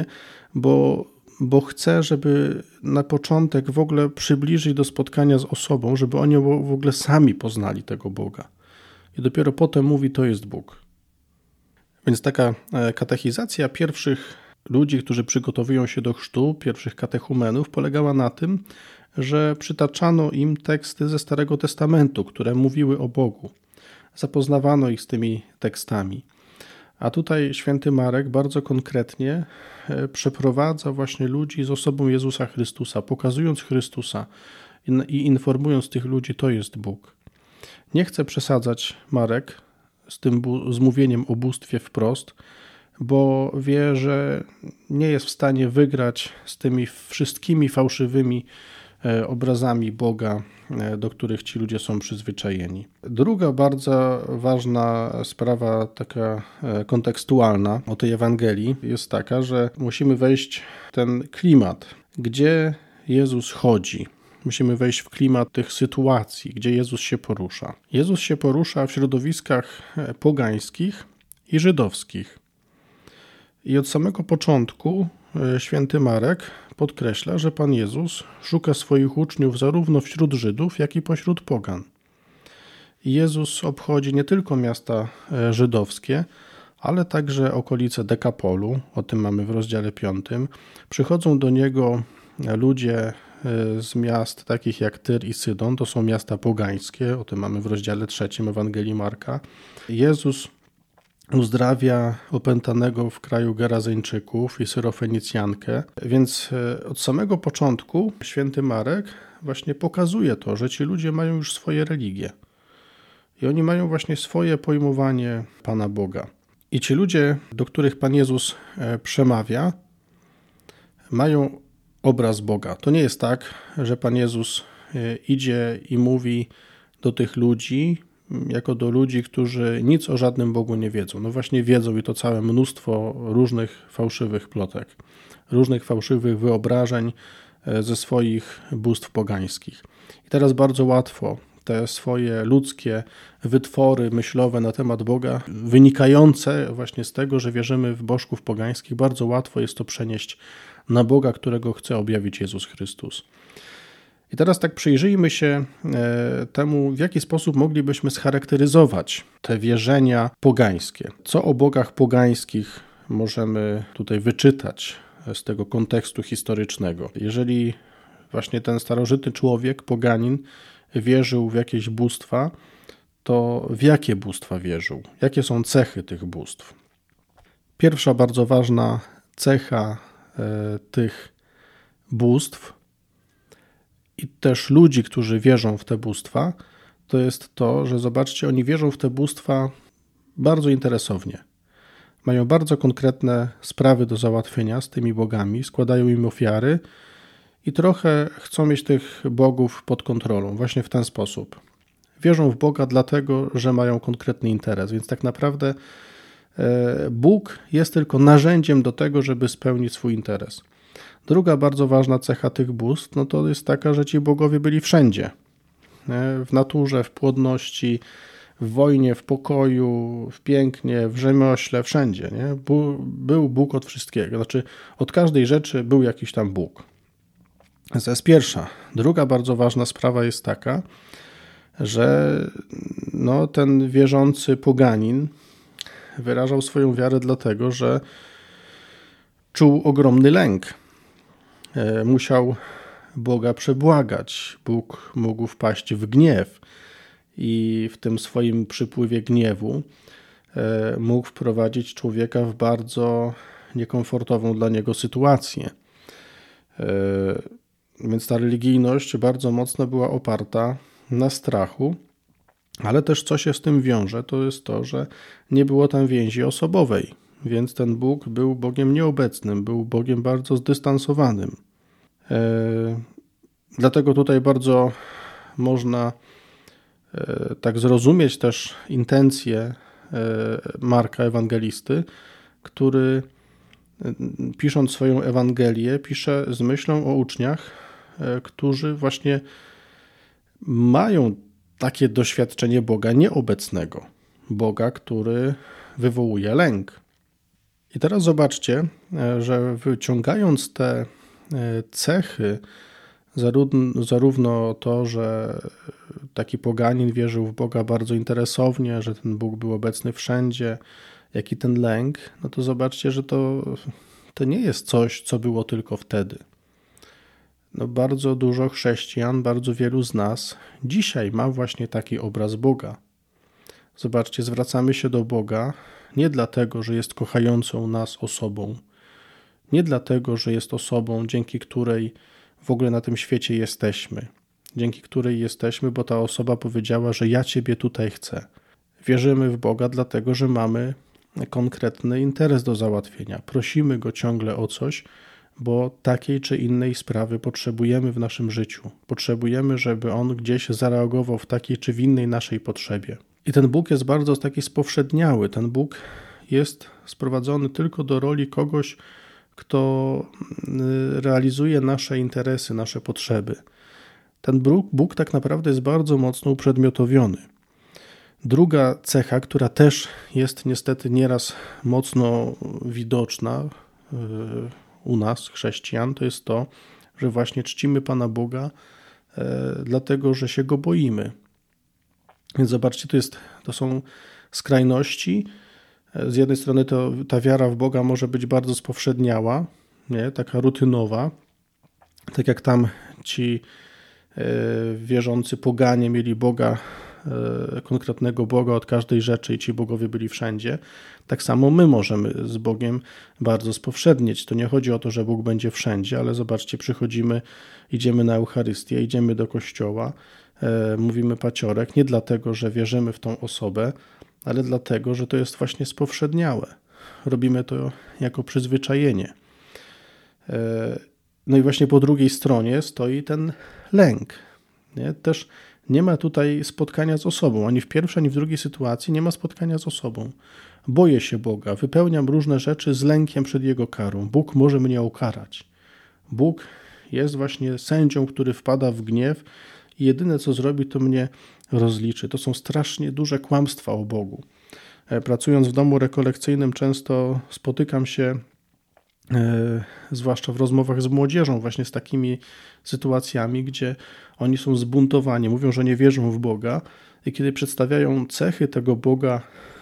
bo chce, żeby na początek w ogóle przybliżyć do spotkania z osobą, żeby oni w ogóle sami poznali tego Boga. I dopiero potem mówi, to jest Bóg. Więc taka katechizacja pierwszych ludzi, którzy przygotowują się do chrztu, pierwszych katechumenów, polegała na tym, że przytaczano im teksty ze Starego Testamentu, które mówiły o Bogu. Zapoznawano ich z tymi tekstami. A tutaj święty Marek bardzo konkretnie przeprowadza właśnie ludzi z osobą Jezusa Chrystusa, pokazując Chrystusa i informując tych ludzi, to jest Bóg. Nie chce przesadzać Marek z mówieniem o bóstwie wprost, bo wie, że nie jest w stanie wygrać z tymi wszystkimi fałszywymi obrazami Boga, do których ci ludzie są przyzwyczajeni. Druga bardzo ważna sprawa, taka kontekstualna o tej Ewangelii jest taka, że musimy wejść w ten klimat, gdzie Jezus chodzi. Musimy wejść w klimat tych sytuacji, gdzie Jezus się porusza. Jezus się porusza w środowiskach pogańskich i żydowskich. I od samego początku święty Marek podkreśla, że Pan Jezus szuka swoich uczniów zarówno wśród Żydów, jak i pośród pogan. I Jezus obchodzi nie tylko miasta żydowskie, ale także okolice Dekapolu, o tym mamy w rozdziale 5. Przychodzą do Niego ludzie z miast takich jak Tyr i Sydon, to są miasta pogańskie, o tym mamy w rozdziale 3 Ewangelii Marka. Jezus uzdrawia opętanego w kraju Gerazeńczyków i Syrofenicjankę, więc od samego początku święty Marek właśnie pokazuje to, że ci ludzie mają już swoje religie i oni mają właśnie swoje pojmowanie Pana Boga. I ci ludzie, do których Pan Jezus przemawia, mają obraz Boga. To nie jest tak, że Pan Jezus idzie i mówi do tych ludzi, jako do ludzi, którzy nic o żadnym Bogu nie wiedzą. No właśnie wiedzą i to całe mnóstwo różnych fałszywych plotek, różnych fałszywych wyobrażeń ze swoich bóstw pogańskich. I teraz bardzo łatwo te swoje ludzkie wytwory myślowe na temat Boga, wynikające właśnie z tego, że wierzymy w bożków pogańskich, bardzo łatwo jest to przenieść na Boga, którego chce objawić Jezus Chrystus. I teraz tak przyjrzyjmy się temu, w jaki sposób moglibyśmy scharakteryzować te wierzenia pogańskie. Co o bogach pogańskich możemy tutaj wyczytać z tego kontekstu historycznego? Jeżeli właśnie ten starożytny człowiek, poganin, wierzył w jakieś bóstwa, to w jakie bóstwa wierzył? Jakie są cechy tych bóstw? Pierwsza bardzo ważna cecha tych bóstw i też ludzi, którzy wierzą w te bóstwa, to jest to, że zobaczcie, oni wierzą w te bóstwa bardzo interesownie. Mają bardzo konkretne sprawy do załatwienia z tymi bogami, składają im ofiary i trochę chcą mieć tych bogów pod kontrolą, właśnie w ten sposób. Wierzą w Boga dlatego, że mają konkretny interes, więc tak naprawdę Bóg jest tylko narzędziem do tego, żeby spełnić swój interes. Druga bardzo ważna cecha tych bóstw, no to jest taka, że ci bogowie byli wszędzie. W naturze, w płodności, w wojnie, w pokoju, w pięknie, w rzemiośle, wszędzie. Nie? Był Bóg od wszystkiego, znaczy od każdej rzeczy był jakiś tam Bóg. To jest pierwsza. Druga bardzo ważna sprawa jest taka, że ten wierzący poganin wyrażał swoją wiarę dlatego, że czuł ogromny lęk. Musiał Boga przebłagać. Bóg mógł wpaść w gniew i w tym swoim przypływie gniewu mógł wprowadzić człowieka w bardzo niekomfortową dla niego sytuację. Więc ta religijność bardzo mocno była oparta na strachu, ale też co się z tym wiąże, to jest to, że nie było tam więzi osobowej, więc ten Bóg był Bogiem nieobecnym, był Bogiem bardzo zdystansowanym. Dlatego tutaj bardzo można tak zrozumieć też intencje Marka Ewangelisty, który pisząc swoją Ewangelię pisze z myślą o uczniach, którzy właśnie mają takie doświadczenie Boga nieobecnego, Boga, który wywołuje lęk. I teraz zobaczcie, że wyciągając te cechy, zarówno to, że taki poganin wierzył w Boga bardzo interesownie, że ten Bóg był obecny wszędzie, jak i ten lęk, no to zobaczcie, że to nie jest coś, co było tylko wtedy. Bardzo dużo chrześcijan, bardzo wielu z nas dzisiaj ma właśnie taki obraz Boga. Zobaczcie, zwracamy się do Boga nie dlatego, że jest kochającą nas osobą, nie dlatego, że jest osobą, dzięki której w ogóle na tym świecie jesteśmy, dzięki której jesteśmy, bo ta osoba powiedziała, że ja Ciebie tutaj chcę. Wierzymy w Boga dlatego, że mamy konkretny interes do załatwienia. Prosimy Go ciągle o coś, bo takiej czy innej sprawy potrzebujemy w naszym życiu. Potrzebujemy, żeby On gdzieś zareagował w takiej czy w innej naszej potrzebie. I ten Bóg jest bardzo taki spowszedniały. Ten Bóg jest sprowadzony tylko do roli kogoś, kto realizuje nasze interesy, nasze potrzeby. Ten Bóg tak naprawdę jest bardzo mocno uprzedmiotowiony. Druga cecha, która też jest niestety nieraz mocno widoczna u nas, chrześcijan, to jest to, że właśnie czcimy Pana Boga dlatego, że się Go boimy. Więc zobaczcie, to są skrajności. Z jednej strony ta wiara w Boga może być bardzo spowszedniała, nie? Taka rutynowa, tak jak tam ci wierzący poganie mieli Boga, konkretnego Boga od każdej rzeczy i ci bogowie byli wszędzie. Tak samo my możemy z Bogiem bardzo spowszednieć. To nie chodzi o to, że Bóg będzie wszędzie, ale zobaczcie, przychodzimy, idziemy na Eucharystię, idziemy do kościoła, mówimy paciorek, nie dlatego, że wierzymy w tą osobę, ale dlatego, że to jest właśnie spowszedniałe. Robimy to jako przyzwyczajenie. No i właśnie po drugiej stronie stoi ten lęk. Nie? Też nie ma tutaj spotkania z osobą. Ani w pierwszej, ani w drugiej sytuacji nie ma spotkania z osobą. Boję się Boga, wypełniam różne rzeczy z lękiem przed Jego karą. Bóg może mnie ukarać. Bóg jest właśnie sędzią, który wpada w gniew i jedyne co zrobi, to mnie rozliczy. To są strasznie duże kłamstwa o Bogu. Pracując w domu rekolekcyjnym często spotykam się, zwłaszcza w rozmowach z młodzieżą, właśnie z takimi sytuacjami, gdzie oni są zbuntowani, mówią, że nie wierzą w Boga i kiedy przedstawiają cechy tego Boga,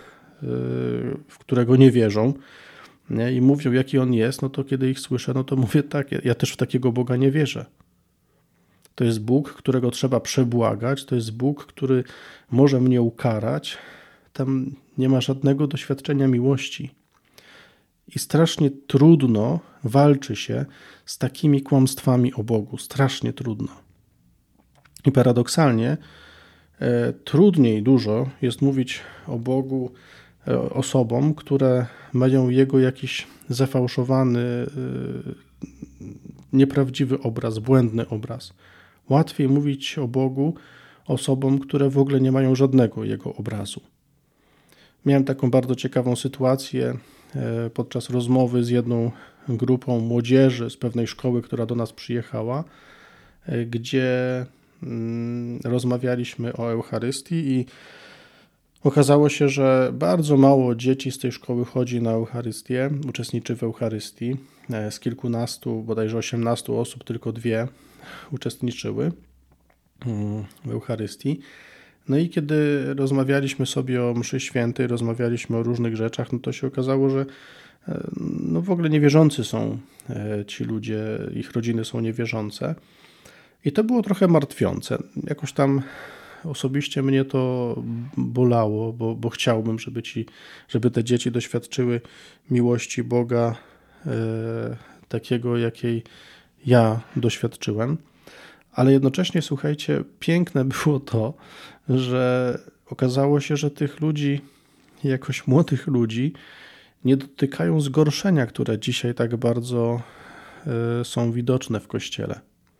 w którego nie wierzą, nie, i mówią, jaki On jest, no to kiedy ich słyszę, no to mówię tak, ja też w takiego Boga nie wierzę. To jest Bóg, którego trzeba przebłagać, to jest Bóg, który może mnie ukarać. Tam nie ma żadnego doświadczenia miłości. I strasznie trudno walczy się z takimi kłamstwami o Bogu. Strasznie trudno. I paradoksalnie trudniej dużo jest mówić o Bogu osobom, które mają Jego jakiś zafałszowany, nieprawdziwy obraz, błędny obraz. Łatwiej mówić o Bogu osobom, które w ogóle nie mają żadnego Jego obrazu. Miałem taką bardzo ciekawą sytuację podczas rozmowy z jedną grupą młodzieży z pewnej szkoły, która do nas przyjechała, gdzie rozmawialiśmy o Eucharystii i okazało się, że bardzo mało dzieci z tej szkoły chodzi na Eucharystię, uczestniczy w Eucharystii. Z kilkunastu, bodajże 18 osób, tylko 2 uczestniczyły w Eucharystii. No i kiedy rozmawialiśmy sobie o mszy świętej, rozmawialiśmy o różnych rzeczach, no to się okazało, że no w ogóle niewierzący są ci ludzie, ich rodziny są niewierzące. I to było trochę martwiące. Jakoś tam osobiście mnie to bolało, bo chciałbym, żeby te dzieci doświadczyły miłości Boga takiego, jakiej ja doświadczyłem. Ale jednocześnie, słuchajcie, piękne było to, że okazało się, że tych ludzi, jakoś młodych ludzi, nie dotykają zgorszenia, które dzisiaj tak bardzo są widoczne w Kościele.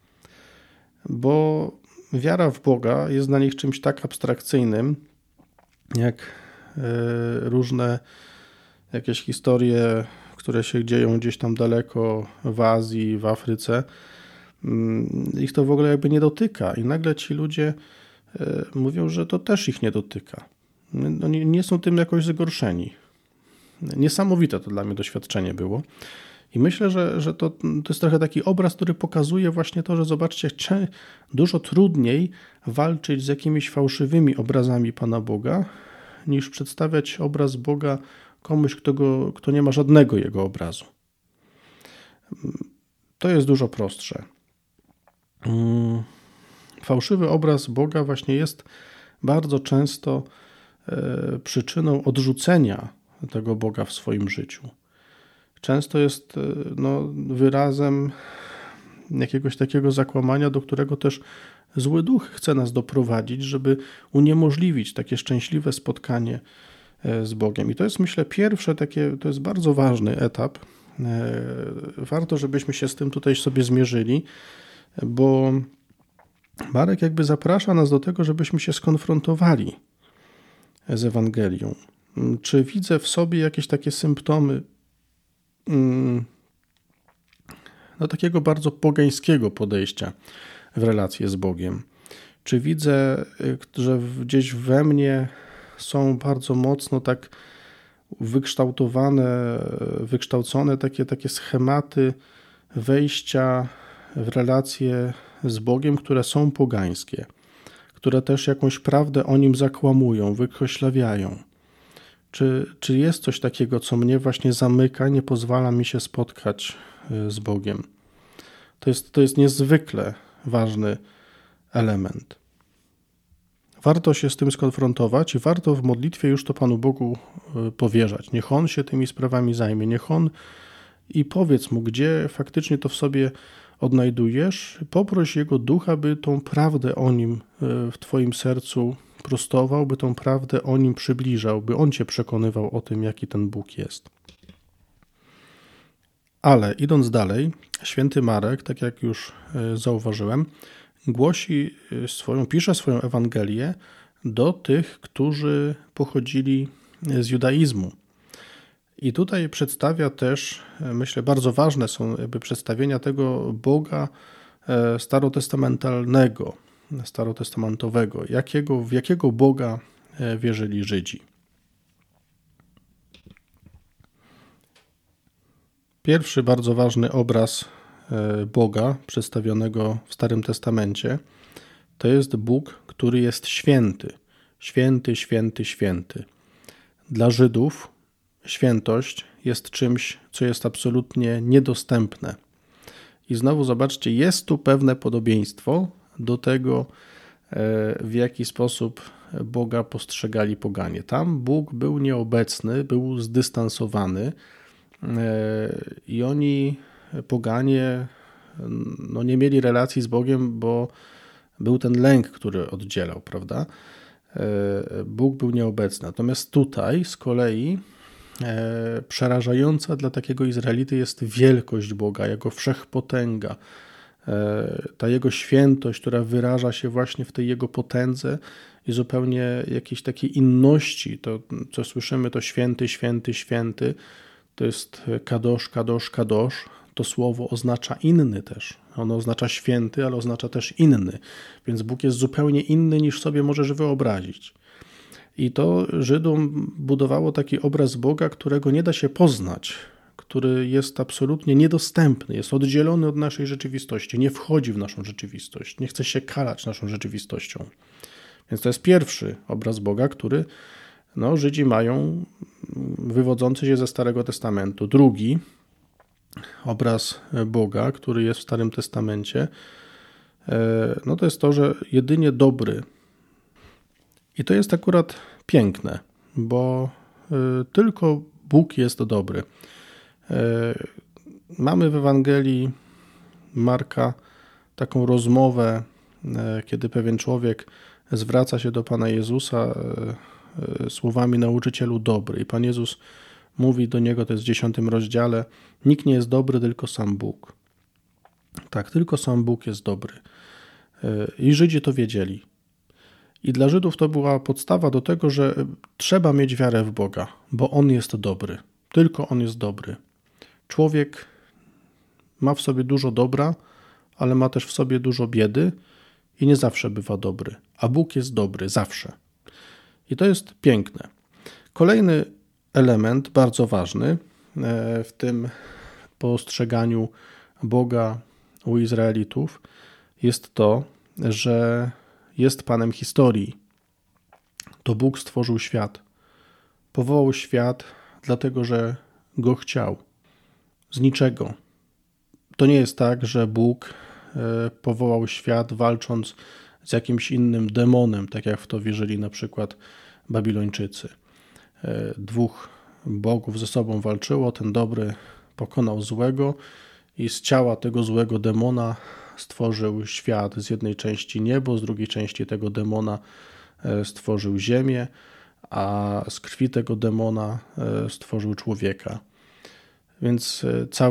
Bo wiara w Boga jest dla nich czymś tak abstrakcyjnym, jak różne jakieś historie, które się dzieją gdzieś tam daleko w Azji, w Afryce. Ich to w ogóle jakby nie dotyka i nagle ci ludzie mówią, że to też ich nie dotyka. Oni nie są tym jakoś zgorszeni. Niesamowite to dla mnie doświadczenie było. I myślę, że to jest trochę taki obraz, który pokazuje właśnie to, że zobaczcie, dużo trudniej walczyć z jakimiś fałszywymi obrazami Pana Boga, niż przedstawiać obraz Boga komuś, kto nie ma żadnego Jego obrazu. To jest dużo prostsze. Fałszywy obraz Boga właśnie jest bardzo często przyczyną odrzucenia tego Boga w swoim życiu. Często jest wyrazem jakiegoś takiego zakłamania, do którego też zły duch chce nas doprowadzić, żeby uniemożliwić takie szczęśliwe spotkanie z Bogiem. I to jest, myślę, to jest bardzo ważny etap. Warto, żebyśmy się z tym tutaj sobie zmierzyli, bo Marek jakby zaprasza nas do tego, żebyśmy się skonfrontowali z Ewangelią. Czy widzę w sobie jakieś takie symptomy takiego bardzo pogańskiego podejścia w relacje z Bogiem? Czy widzę, że gdzieś we mnie są bardzo mocno tak wykształcone takie schematy wejścia w relacje z Bogiem, które są pogańskie, które też jakąś prawdę o Nim zakłamują, wykreślawiają? Czy jest coś takiego, co mnie właśnie zamyka, nie pozwala mi się spotkać z Bogiem? To jest niezwykle ważny element. Warto się z tym skonfrontować i warto w modlitwie już to Panu Bogu powierzać. Niech On się tymi sprawami zajmie, niech On i powiedz Mu, gdzie faktycznie to w sobie odnajdujesz. Poproś Jego Ducha, by tą prawdę o Nim w Twoim sercu prostował, by tą prawdę o Nim przybliżał, by On Cię przekonywał o tym, jaki ten Bóg jest. Ale idąc dalej, święty Marek, tak jak już zauważyłem, pisze swoją Ewangelię do tych, którzy pochodzili z judaizmu. I tutaj przedstawia też, myślę, bardzo ważne są jakby przedstawienia tego Boga starotestamentowego, w jakiego Boga wierzyli Żydzi. Pierwszy bardzo ważny obraz Boga przedstawionego w Starym Testamencie to jest Bóg, który jest święty. Święty, święty, święty. Dla Żydów świętość jest czymś, co jest absolutnie niedostępne. I znowu zobaczcie, jest tu pewne podobieństwo do tego, w jaki sposób Boga postrzegali poganie. Tam Bóg był nieobecny, był zdystansowany, I oni, poganie, nie mieli relacji z Bogiem, bo był ten lęk, który oddzielał, prawda? Bóg był nieobecny. Natomiast tutaj z kolei przerażająca dla takiego Izraelity jest wielkość Boga, Jego wszechpotęga, ta Jego świętość, która wyraża się właśnie w tej Jego potędze i zupełnie jakiejś takiej inności. To, co słyszymy, to święty, święty, święty, to jest kadosz, kadosz, kadosz. To słowo oznacza inny też. Ono oznacza święty, ale oznacza też inny. Więc Bóg jest zupełnie inny, niż sobie możesz wyobrazić. I to Żydom budowało taki obraz Boga, którego nie da się poznać, który jest absolutnie niedostępny, jest oddzielony od naszej rzeczywistości, nie wchodzi w naszą rzeczywistość, nie chce się kalać naszą rzeczywistością. Więc to jest pierwszy obraz Boga, który Żydzi mają, wywodzący się ze Starego Testamentu. Drugi obraz Boga, który jest w Starym Testamencie, to jest to, że jedynie dobry. I to jest akurat piękne, bo tylko Bóg jest dobry. Mamy w Ewangelii Marka taką rozmowę, kiedy pewien człowiek zwraca się do Pana Jezusa słowami: nauczycielu dobry. I Pan Jezus mówi do niego, to jest w 10 rozdziale: nikt nie jest dobry, tylko sam Bóg. Tak, tylko sam Bóg jest dobry. I Żydzi to wiedzieli. I dla Żydów to była podstawa do tego, że trzeba mieć wiarę w Boga, bo On jest dobry. Tylko On jest dobry. Człowiek ma w sobie dużo dobra, ale ma też w sobie dużo biedy i nie zawsze bywa dobry. A Bóg jest dobry zawsze. I to jest piękne. Kolejny element, bardzo ważny w tym postrzeganiu Boga u Izraelitów, jest to, że jest Panem historii. To Bóg stworzył świat. Powołał świat dlatego, że Go chciał. Z niczego. To nie jest tak, że Bóg powołał świat walcząc z jakimś innym demonem, tak jak w to wierzyli na przykład Babilończycy. Dwóch bogów ze sobą walczyło, ten dobry pokonał złego i z ciała tego złego demona stworzył świat. Z jednej części niebo, z drugiej części tego demona stworzył ziemię, a z krwi tego demona stworzył człowieka. Więc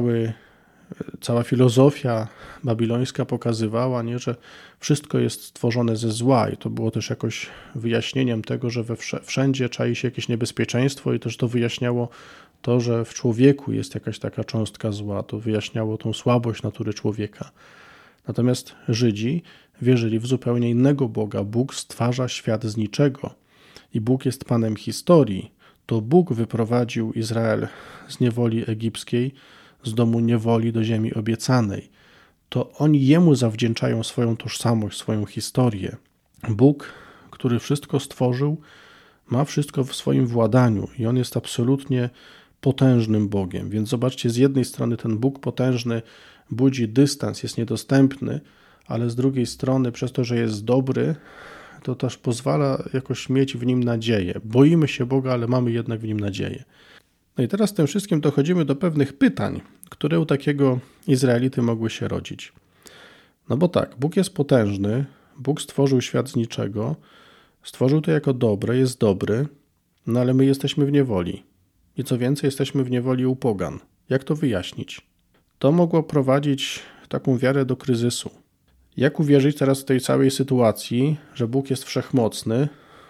cała filozofia babilońska pokazywała, że wszystko jest stworzone ze zła i to było też jakoś wyjaśnieniem tego, że wszędzie czai się jakieś niebezpieczeństwo i też to wyjaśniało to, że w człowieku jest jakaś taka cząstka zła. To wyjaśniało tą słabość natury człowieka. Natomiast Żydzi wierzyli w zupełnie innego Boga. Bóg stwarza świat z niczego i Bóg jest Panem historii. To Bóg wyprowadził Izrael z niewoli egipskiej, z domu niewoli do ziemi obiecanej. To oni Jemu zawdzięczają swoją tożsamość, swoją historię. Bóg, który wszystko stworzył, ma wszystko w swoim władaniu i On jest absolutnie potężnym Bogiem. Więc zobaczcie, z jednej strony ten Bóg potężny budzi dystans, jest niedostępny, ale z drugiej strony przez to, że jest dobry, to też pozwala jakoś mieć w Nim nadzieję. Boimy się Boga, ale mamy jednak w Nim nadzieję. No i teraz z tym wszystkim dochodzimy do pewnych pytań, które u takiego Izraelity mogły się rodzić. No bo tak, Bóg jest potężny, Bóg stworzył świat z niczego, stworzył to jako dobre, jest dobry, no ale my jesteśmy w niewoli. I co więcej, jesteśmy w niewoli u pogan. Jak to wyjaśnić? To mogło prowadzić taką wiarę do kryzysu. Jak uwierzyć teraz w tej całej sytuacji, że Bóg jest wszechmocny,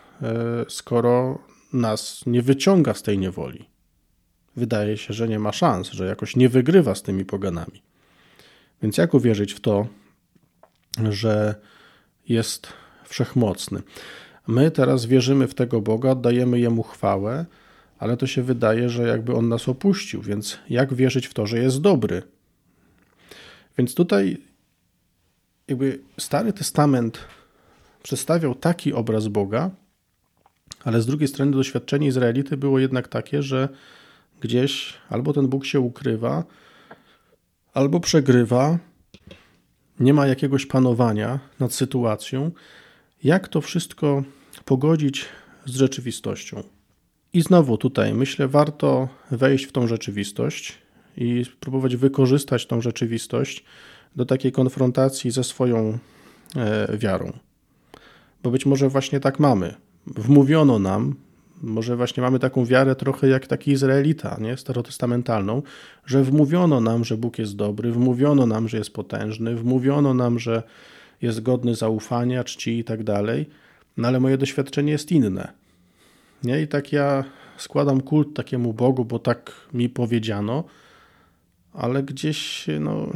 skoro nas nie wyciąga z tej niewoli? Wydaje się, że nie ma szans, że jakoś nie wygrywa z tymi poganami. Więc jak uwierzyć w to, że jest wszechmocny? My teraz wierzymy w tego Boga, oddajemy Jemu chwałę, ale to się wydaje, że jakby On nas opuścił, więc jak wierzyć w to, że jest dobry? Więc tutaj jakby Stary Testament przedstawiał taki obraz Boga, ale z drugiej strony doświadczenie Izraelity było jednak takie, że gdzieś albo ten Bóg się ukrywa, albo przegrywa, nie ma jakiegoś panowania nad sytuacją. Jak to wszystko pogodzić z rzeczywistością? I znowu tutaj myślę, warto wejść w tą rzeczywistość i spróbować wykorzystać tą rzeczywistość do takiej konfrontacji ze swoją wiarą. Bo być może właśnie tak mamy. Wmówiono nam, może właśnie mamy taką wiarę trochę jak taki Izraelita, nie? Starotestamentalną, że wmówiono nam, że Bóg jest dobry, wmówiono nam, że jest potężny, wmówiono nam, że jest godny zaufania, czci i tak dalej, no ale moje doświadczenie jest inne. Nie? I tak ja składam kult takiemu Bogu, bo tak mi powiedziano, ale gdzieś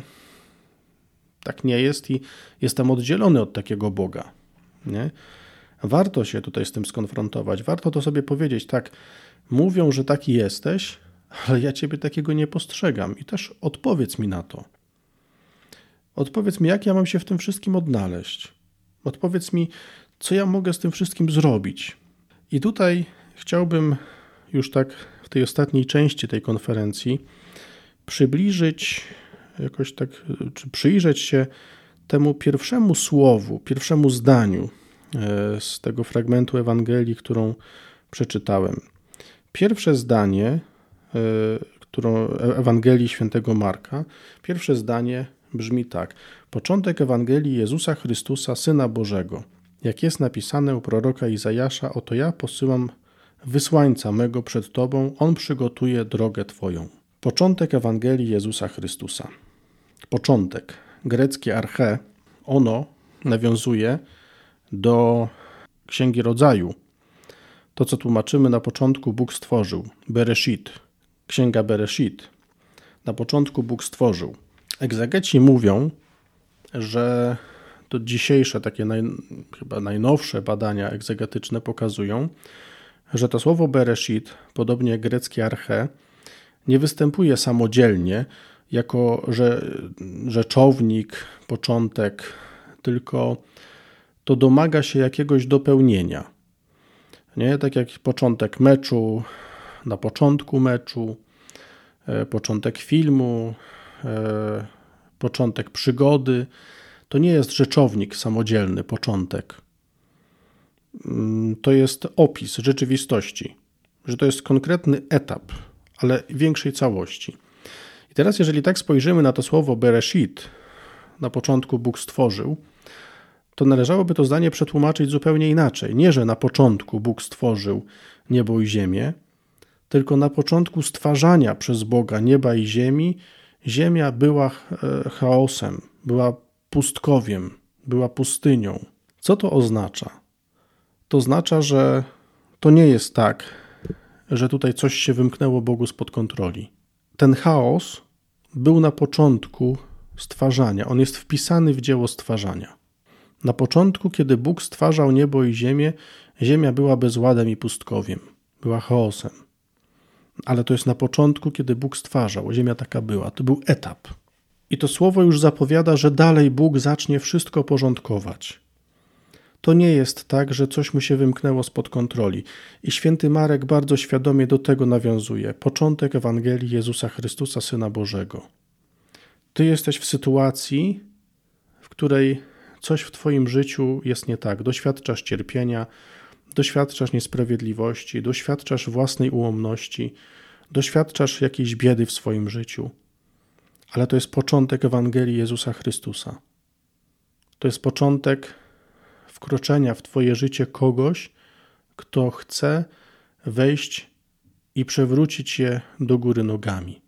tak nie jest i jestem oddzielony od takiego Boga. Nie? Warto się tutaj z tym skonfrontować, warto to sobie powiedzieć, tak, mówią, że taki jesteś, ale ja ciebie takiego nie postrzegam i też odpowiedz mi na to. Odpowiedz mi, jak ja mam się w tym wszystkim odnaleźć. Odpowiedz mi, co ja mogę z tym wszystkim zrobić. I tutaj chciałbym już tak w tej ostatniej części tej konferencji przybliżyć, jakoś tak, czy przyjrzeć się temu pierwszemu słowu, pierwszemu zdaniu z tego fragmentu Ewangelii, którą przeczytałem. Pierwsze zdanie Ewangelii Świętego Marka, pierwsze zdanie brzmi tak. Początek Ewangelii Jezusa Chrystusa, Syna Bożego. Jak jest napisane u proroka Izajasza, oto ja posyłam wysłańca mego przed Tobą, On przygotuje drogę Twoją. Początek Ewangelii Jezusa Chrystusa. Początek, greckie arche, ono nawiązuje do Księgi Rodzaju. To, co tłumaczymy na początku Bóg stworzył. Bereshit, Księga Bereshit. Na początku Bóg stworzył. Egzegeci mówią, że to dzisiejsze, takie chyba najnowsze badania egzegetyczne pokazują, że to słowo Bereshit, podobnie jak greckie arche, nie występuje samodzielnie jako rzeczownik, początek, tylko to domaga się jakiegoś dopełnienia. Nie? Tak jak początek meczu, na początku meczu, początek filmu, początek przygody. To nie jest rzeczownik samodzielny, początek. To jest opis rzeczywistości, że to jest konkretny etap, ale większej całości. I teraz, jeżeli tak spojrzymy na to słowo Bereshit, na początku Bóg stworzył, to należałoby to zdanie przetłumaczyć zupełnie inaczej. Nie, że na początku Bóg stworzył niebo i ziemię, tylko na początku stwarzania przez Boga nieba i ziemi, ziemia była chaosem, była pustkowiem, była pustynią. Co to oznacza? To oznacza, że to nie jest tak, że tutaj coś się wymknęło Bogu spod kontroli. Ten chaos był na początku stwarzania. On jest wpisany w dzieło stwarzania. Na początku, kiedy Bóg stwarzał niebo i ziemię, ziemia była bezładem i pustkowiem. Była chaosem. Ale to jest na początku, kiedy Bóg stwarzał. Ziemia taka była. To był etap. I to słowo już zapowiada, że dalej Bóg zacznie wszystko porządkować. To nie jest tak, że coś mu się wymknęło spod kontroli. I święty Marek bardzo świadomie do tego nawiązuje. Początek Ewangelii Jezusa Chrystusa, Syna Bożego. Ty jesteś w sytuacji, w której coś w twoim życiu jest nie tak. Doświadczasz cierpienia, doświadczasz niesprawiedliwości, doświadczasz własnej ułomności, doświadczasz jakiejś biedy w swoim życiu. Ale to jest początek Ewangelii Jezusa Chrystusa. To jest początek wkroczenia w twoje życie kogoś, kto chce wejść i przewrócić je do góry nogami.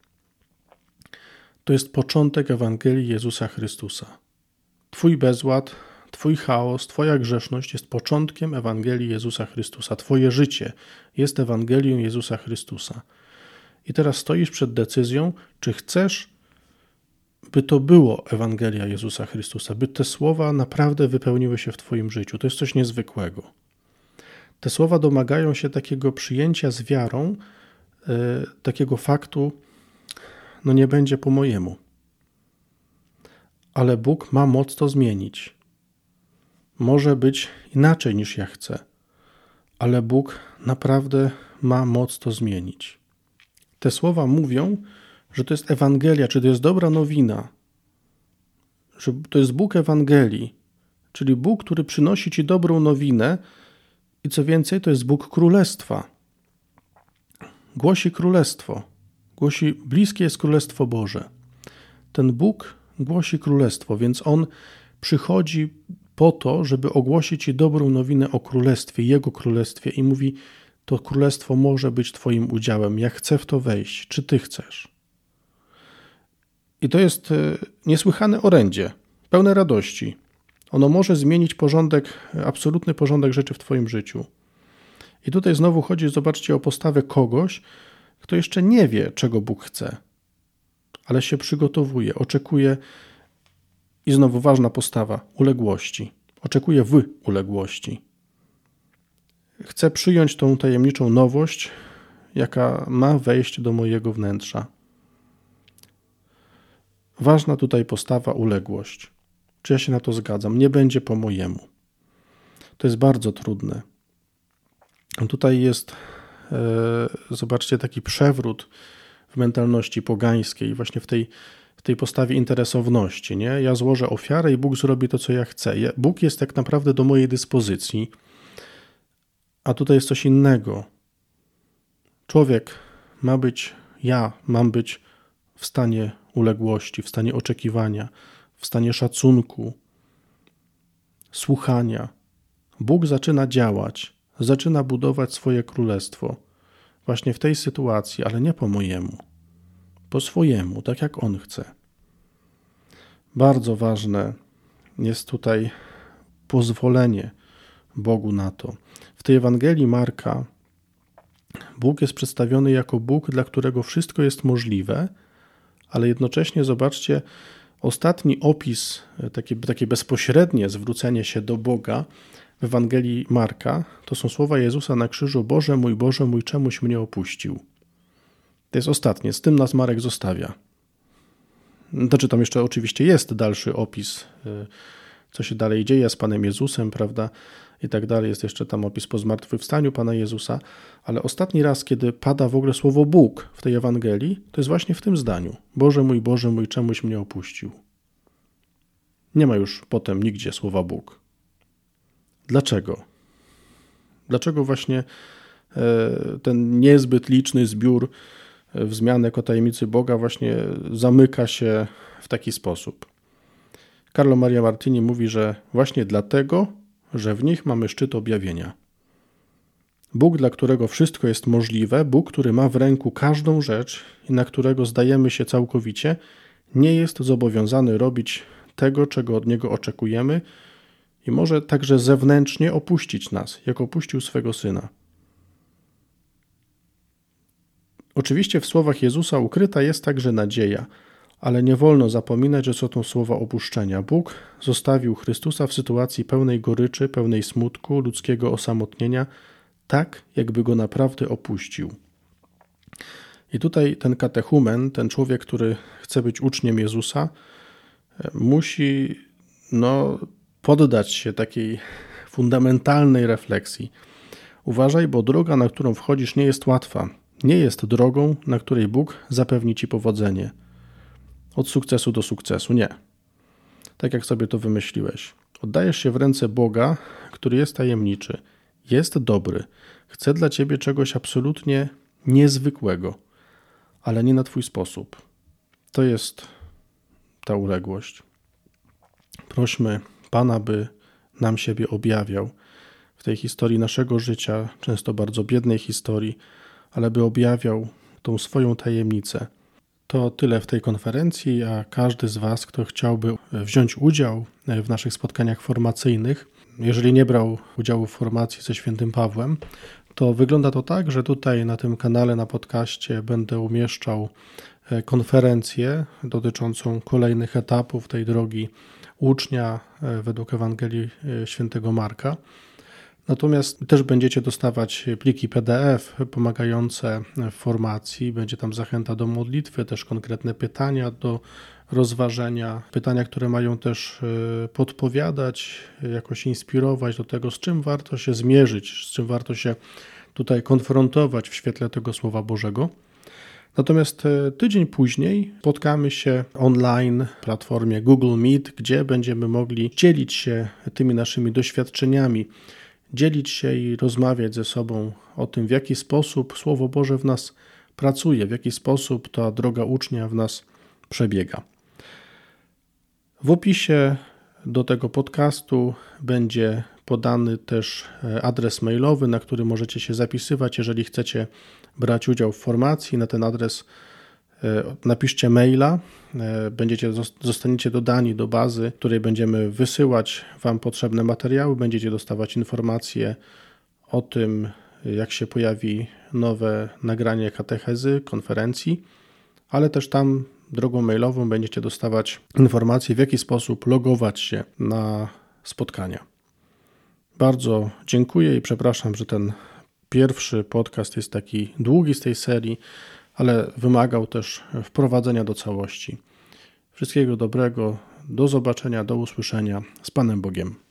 To jest początek Ewangelii Jezusa Chrystusa. Twój bezład, twój chaos, twoja grzeszność jest początkiem Ewangelii Jezusa Chrystusa. Twoje życie jest Ewangelią Jezusa Chrystusa. I teraz stoisz przed decyzją, czy chcesz, by to było Ewangelia Jezusa Chrystusa, by te słowa naprawdę wypełniły się w twoim życiu. To jest coś niezwykłego. Te słowa domagają się takiego przyjęcia z wiarą, takiego faktu, no nie będzie po mojemu. Ale Bóg ma moc to zmienić. Może być inaczej niż ja chcę, ale Bóg naprawdę ma moc to zmienić. Te słowa mówią, że to jest Ewangelia, czy to jest dobra nowina, że to jest Bóg Ewangelii, czyli Bóg, który przynosi ci dobrą nowinę i co więcej, to jest Bóg Królestwa. głosi królestwo. Bliskie jest Królestwo Boże. Ten Bóg głosi królestwo, więc On przychodzi po to, żeby ogłosić Ci dobrą nowinę o królestwie, Jego królestwie i mówi, to królestwo może być Twoim udziałem. Ja chcę w to wejść. Czy Ty chcesz? I to jest niesłychane orędzie, pełne radości. Ono może zmienić absolutny porządek rzeczy w Twoim życiu. I tutaj znowu chodzi, zobaczcie, o postawę kogoś, kto jeszcze nie wie, czego Bóg chce, ale się przygotowuje, oczekuje i znowu ważna postawa, uległości. Oczekuje w uległości. Chcę przyjąć tą tajemniczą nowość, jaka ma wejść do mojego wnętrza. Ważna tutaj postawa, uległość. Czy ja się na to zgadzam? Nie będzie po mojemu. To jest bardzo trudne. Tutaj jest, zobaczcie, taki przewrót w mentalności pogańskiej, właśnie w tej postawie interesowności. Nie? Ja złożę ofiarę i Bóg zrobi to, co ja chcę. Bóg jest tak naprawdę do mojej dyspozycji, a tutaj jest coś innego. Mam być w stanie uległości, w stanie oczekiwania, w stanie szacunku, słuchania. Bóg zaczyna działać, zaczyna budować swoje królestwo właśnie w tej sytuacji, ale nie po mojemu, po swojemu, tak jak On chce. Bardzo ważne jest tutaj pozwolenie Bogu na to. W tej Ewangelii Marka Bóg jest przedstawiony jako Bóg, dla którego wszystko jest możliwe, ale jednocześnie zobaczcie, ostatni opis, takie bezpośrednie zwrócenie się do Boga w Ewangelii Marka, to są słowa Jezusa na krzyżu: Boże mój, czemuś mnie opuścił. To jest ostatnie, z tym nas Marek zostawia. Znaczy tam jeszcze oczywiście jest dalszy opis, co się dalej dzieje z Panem Jezusem, prawda, i tak dalej. Jest jeszcze tam opis po zmartwychwstaniu Pana Jezusa, ale ostatni raz, kiedy pada w ogóle słowo Bóg w tej Ewangelii, to jest właśnie w tym zdaniu. Boże mój, czemuś mnie opuścił. Nie ma już potem nigdzie słowa Bóg. Dlaczego? Dlaczego właśnie ten niezbyt liczny zbiór wzmianek o tajemnicy Boga właśnie zamyka się w taki sposób? Carlo Maria Martini mówi, że właśnie dlatego, że w nich mamy szczyt objawienia. Bóg, dla którego wszystko jest możliwe, Bóg, który ma w ręku każdą rzecz i na którego zdajemy się całkowicie, nie jest zobowiązany robić tego, czego od Niego oczekujemy i może także zewnętrznie opuścić nas, jak opuścił swego Syna. Oczywiście w słowach Jezusa ukryta jest także nadzieja, ale nie wolno zapominać, że są to słowa opuszczenia. Bóg zostawił Chrystusa w sytuacji pełnej goryczy, pełnej smutku, ludzkiego osamotnienia, tak jakby Go naprawdę opuścił. I tutaj ten katechumen, ten człowiek, który chce być uczniem Jezusa, musi poddać się takiej fundamentalnej refleksji. Uważaj, bo droga, na którą wchodzisz, nie jest łatwa. Nie jest drogą, na której Bóg zapewni ci powodzenie. Od sukcesu do sukcesu. Nie. Tak jak sobie to wymyśliłeś. Oddajesz się w ręce Boga, który jest tajemniczy, jest dobry, chce dla ciebie czegoś absolutnie niezwykłego, ale nie na twój sposób. To jest ta uległość. Prośmy Pana, by nam siebie objawiał w tej historii naszego życia, często bardzo biednej historii, ale by objawiał tą swoją tajemnicę. To tyle w tej konferencji, a każdy z Was, kto chciałby wziąć udział w naszych spotkaniach formacyjnych, jeżeli nie brał udziału w formacji ze świętym Pawłem, to wygląda to tak, że tutaj na tym kanale, na podcaście będę umieszczał konferencję dotyczącą kolejnych etapów tej drogi ucznia według Ewangelii świętego Marka. Natomiast też będziecie dostawać pliki PDF pomagające w formacji. Będzie tam zachęta do modlitwy, też konkretne pytania do rozważenia. Pytania, które mają też podpowiadać, jakoś inspirować do tego, z czym warto się zmierzyć, z czym warto się tutaj konfrontować w świetle tego Słowa Bożego. Natomiast tydzień później spotkamy się online w platformie Google Meet, gdzie będziemy mogli dzielić się tymi naszymi doświadczeniami dzielić się i rozmawiać ze sobą o tym, w jaki sposób Słowo Boże w nas pracuje, w jaki sposób ta droga ucznia w nas przebiega. W opisie do tego podcastu będzie podany też adres mailowy, na który możecie się zapisywać, jeżeli chcecie brać udział w formacji. Na ten adres napiszcie maila, zostaniecie dodani do bazy, w której będziemy wysyłać Wam potrzebne materiały, będziecie dostawać informacje o tym, jak się pojawi nowe nagranie katechezy, konferencji, ale też tam drogą mailową będziecie dostawać informacje, w jaki sposób logować się na spotkania. Bardzo dziękuję i przepraszam, że ten pierwszy podcast jest taki długi z tej serii, ale wymagał też wprowadzenia do całości. Wszystkiego dobrego, do zobaczenia, do usłyszenia. Z Panem Bogiem.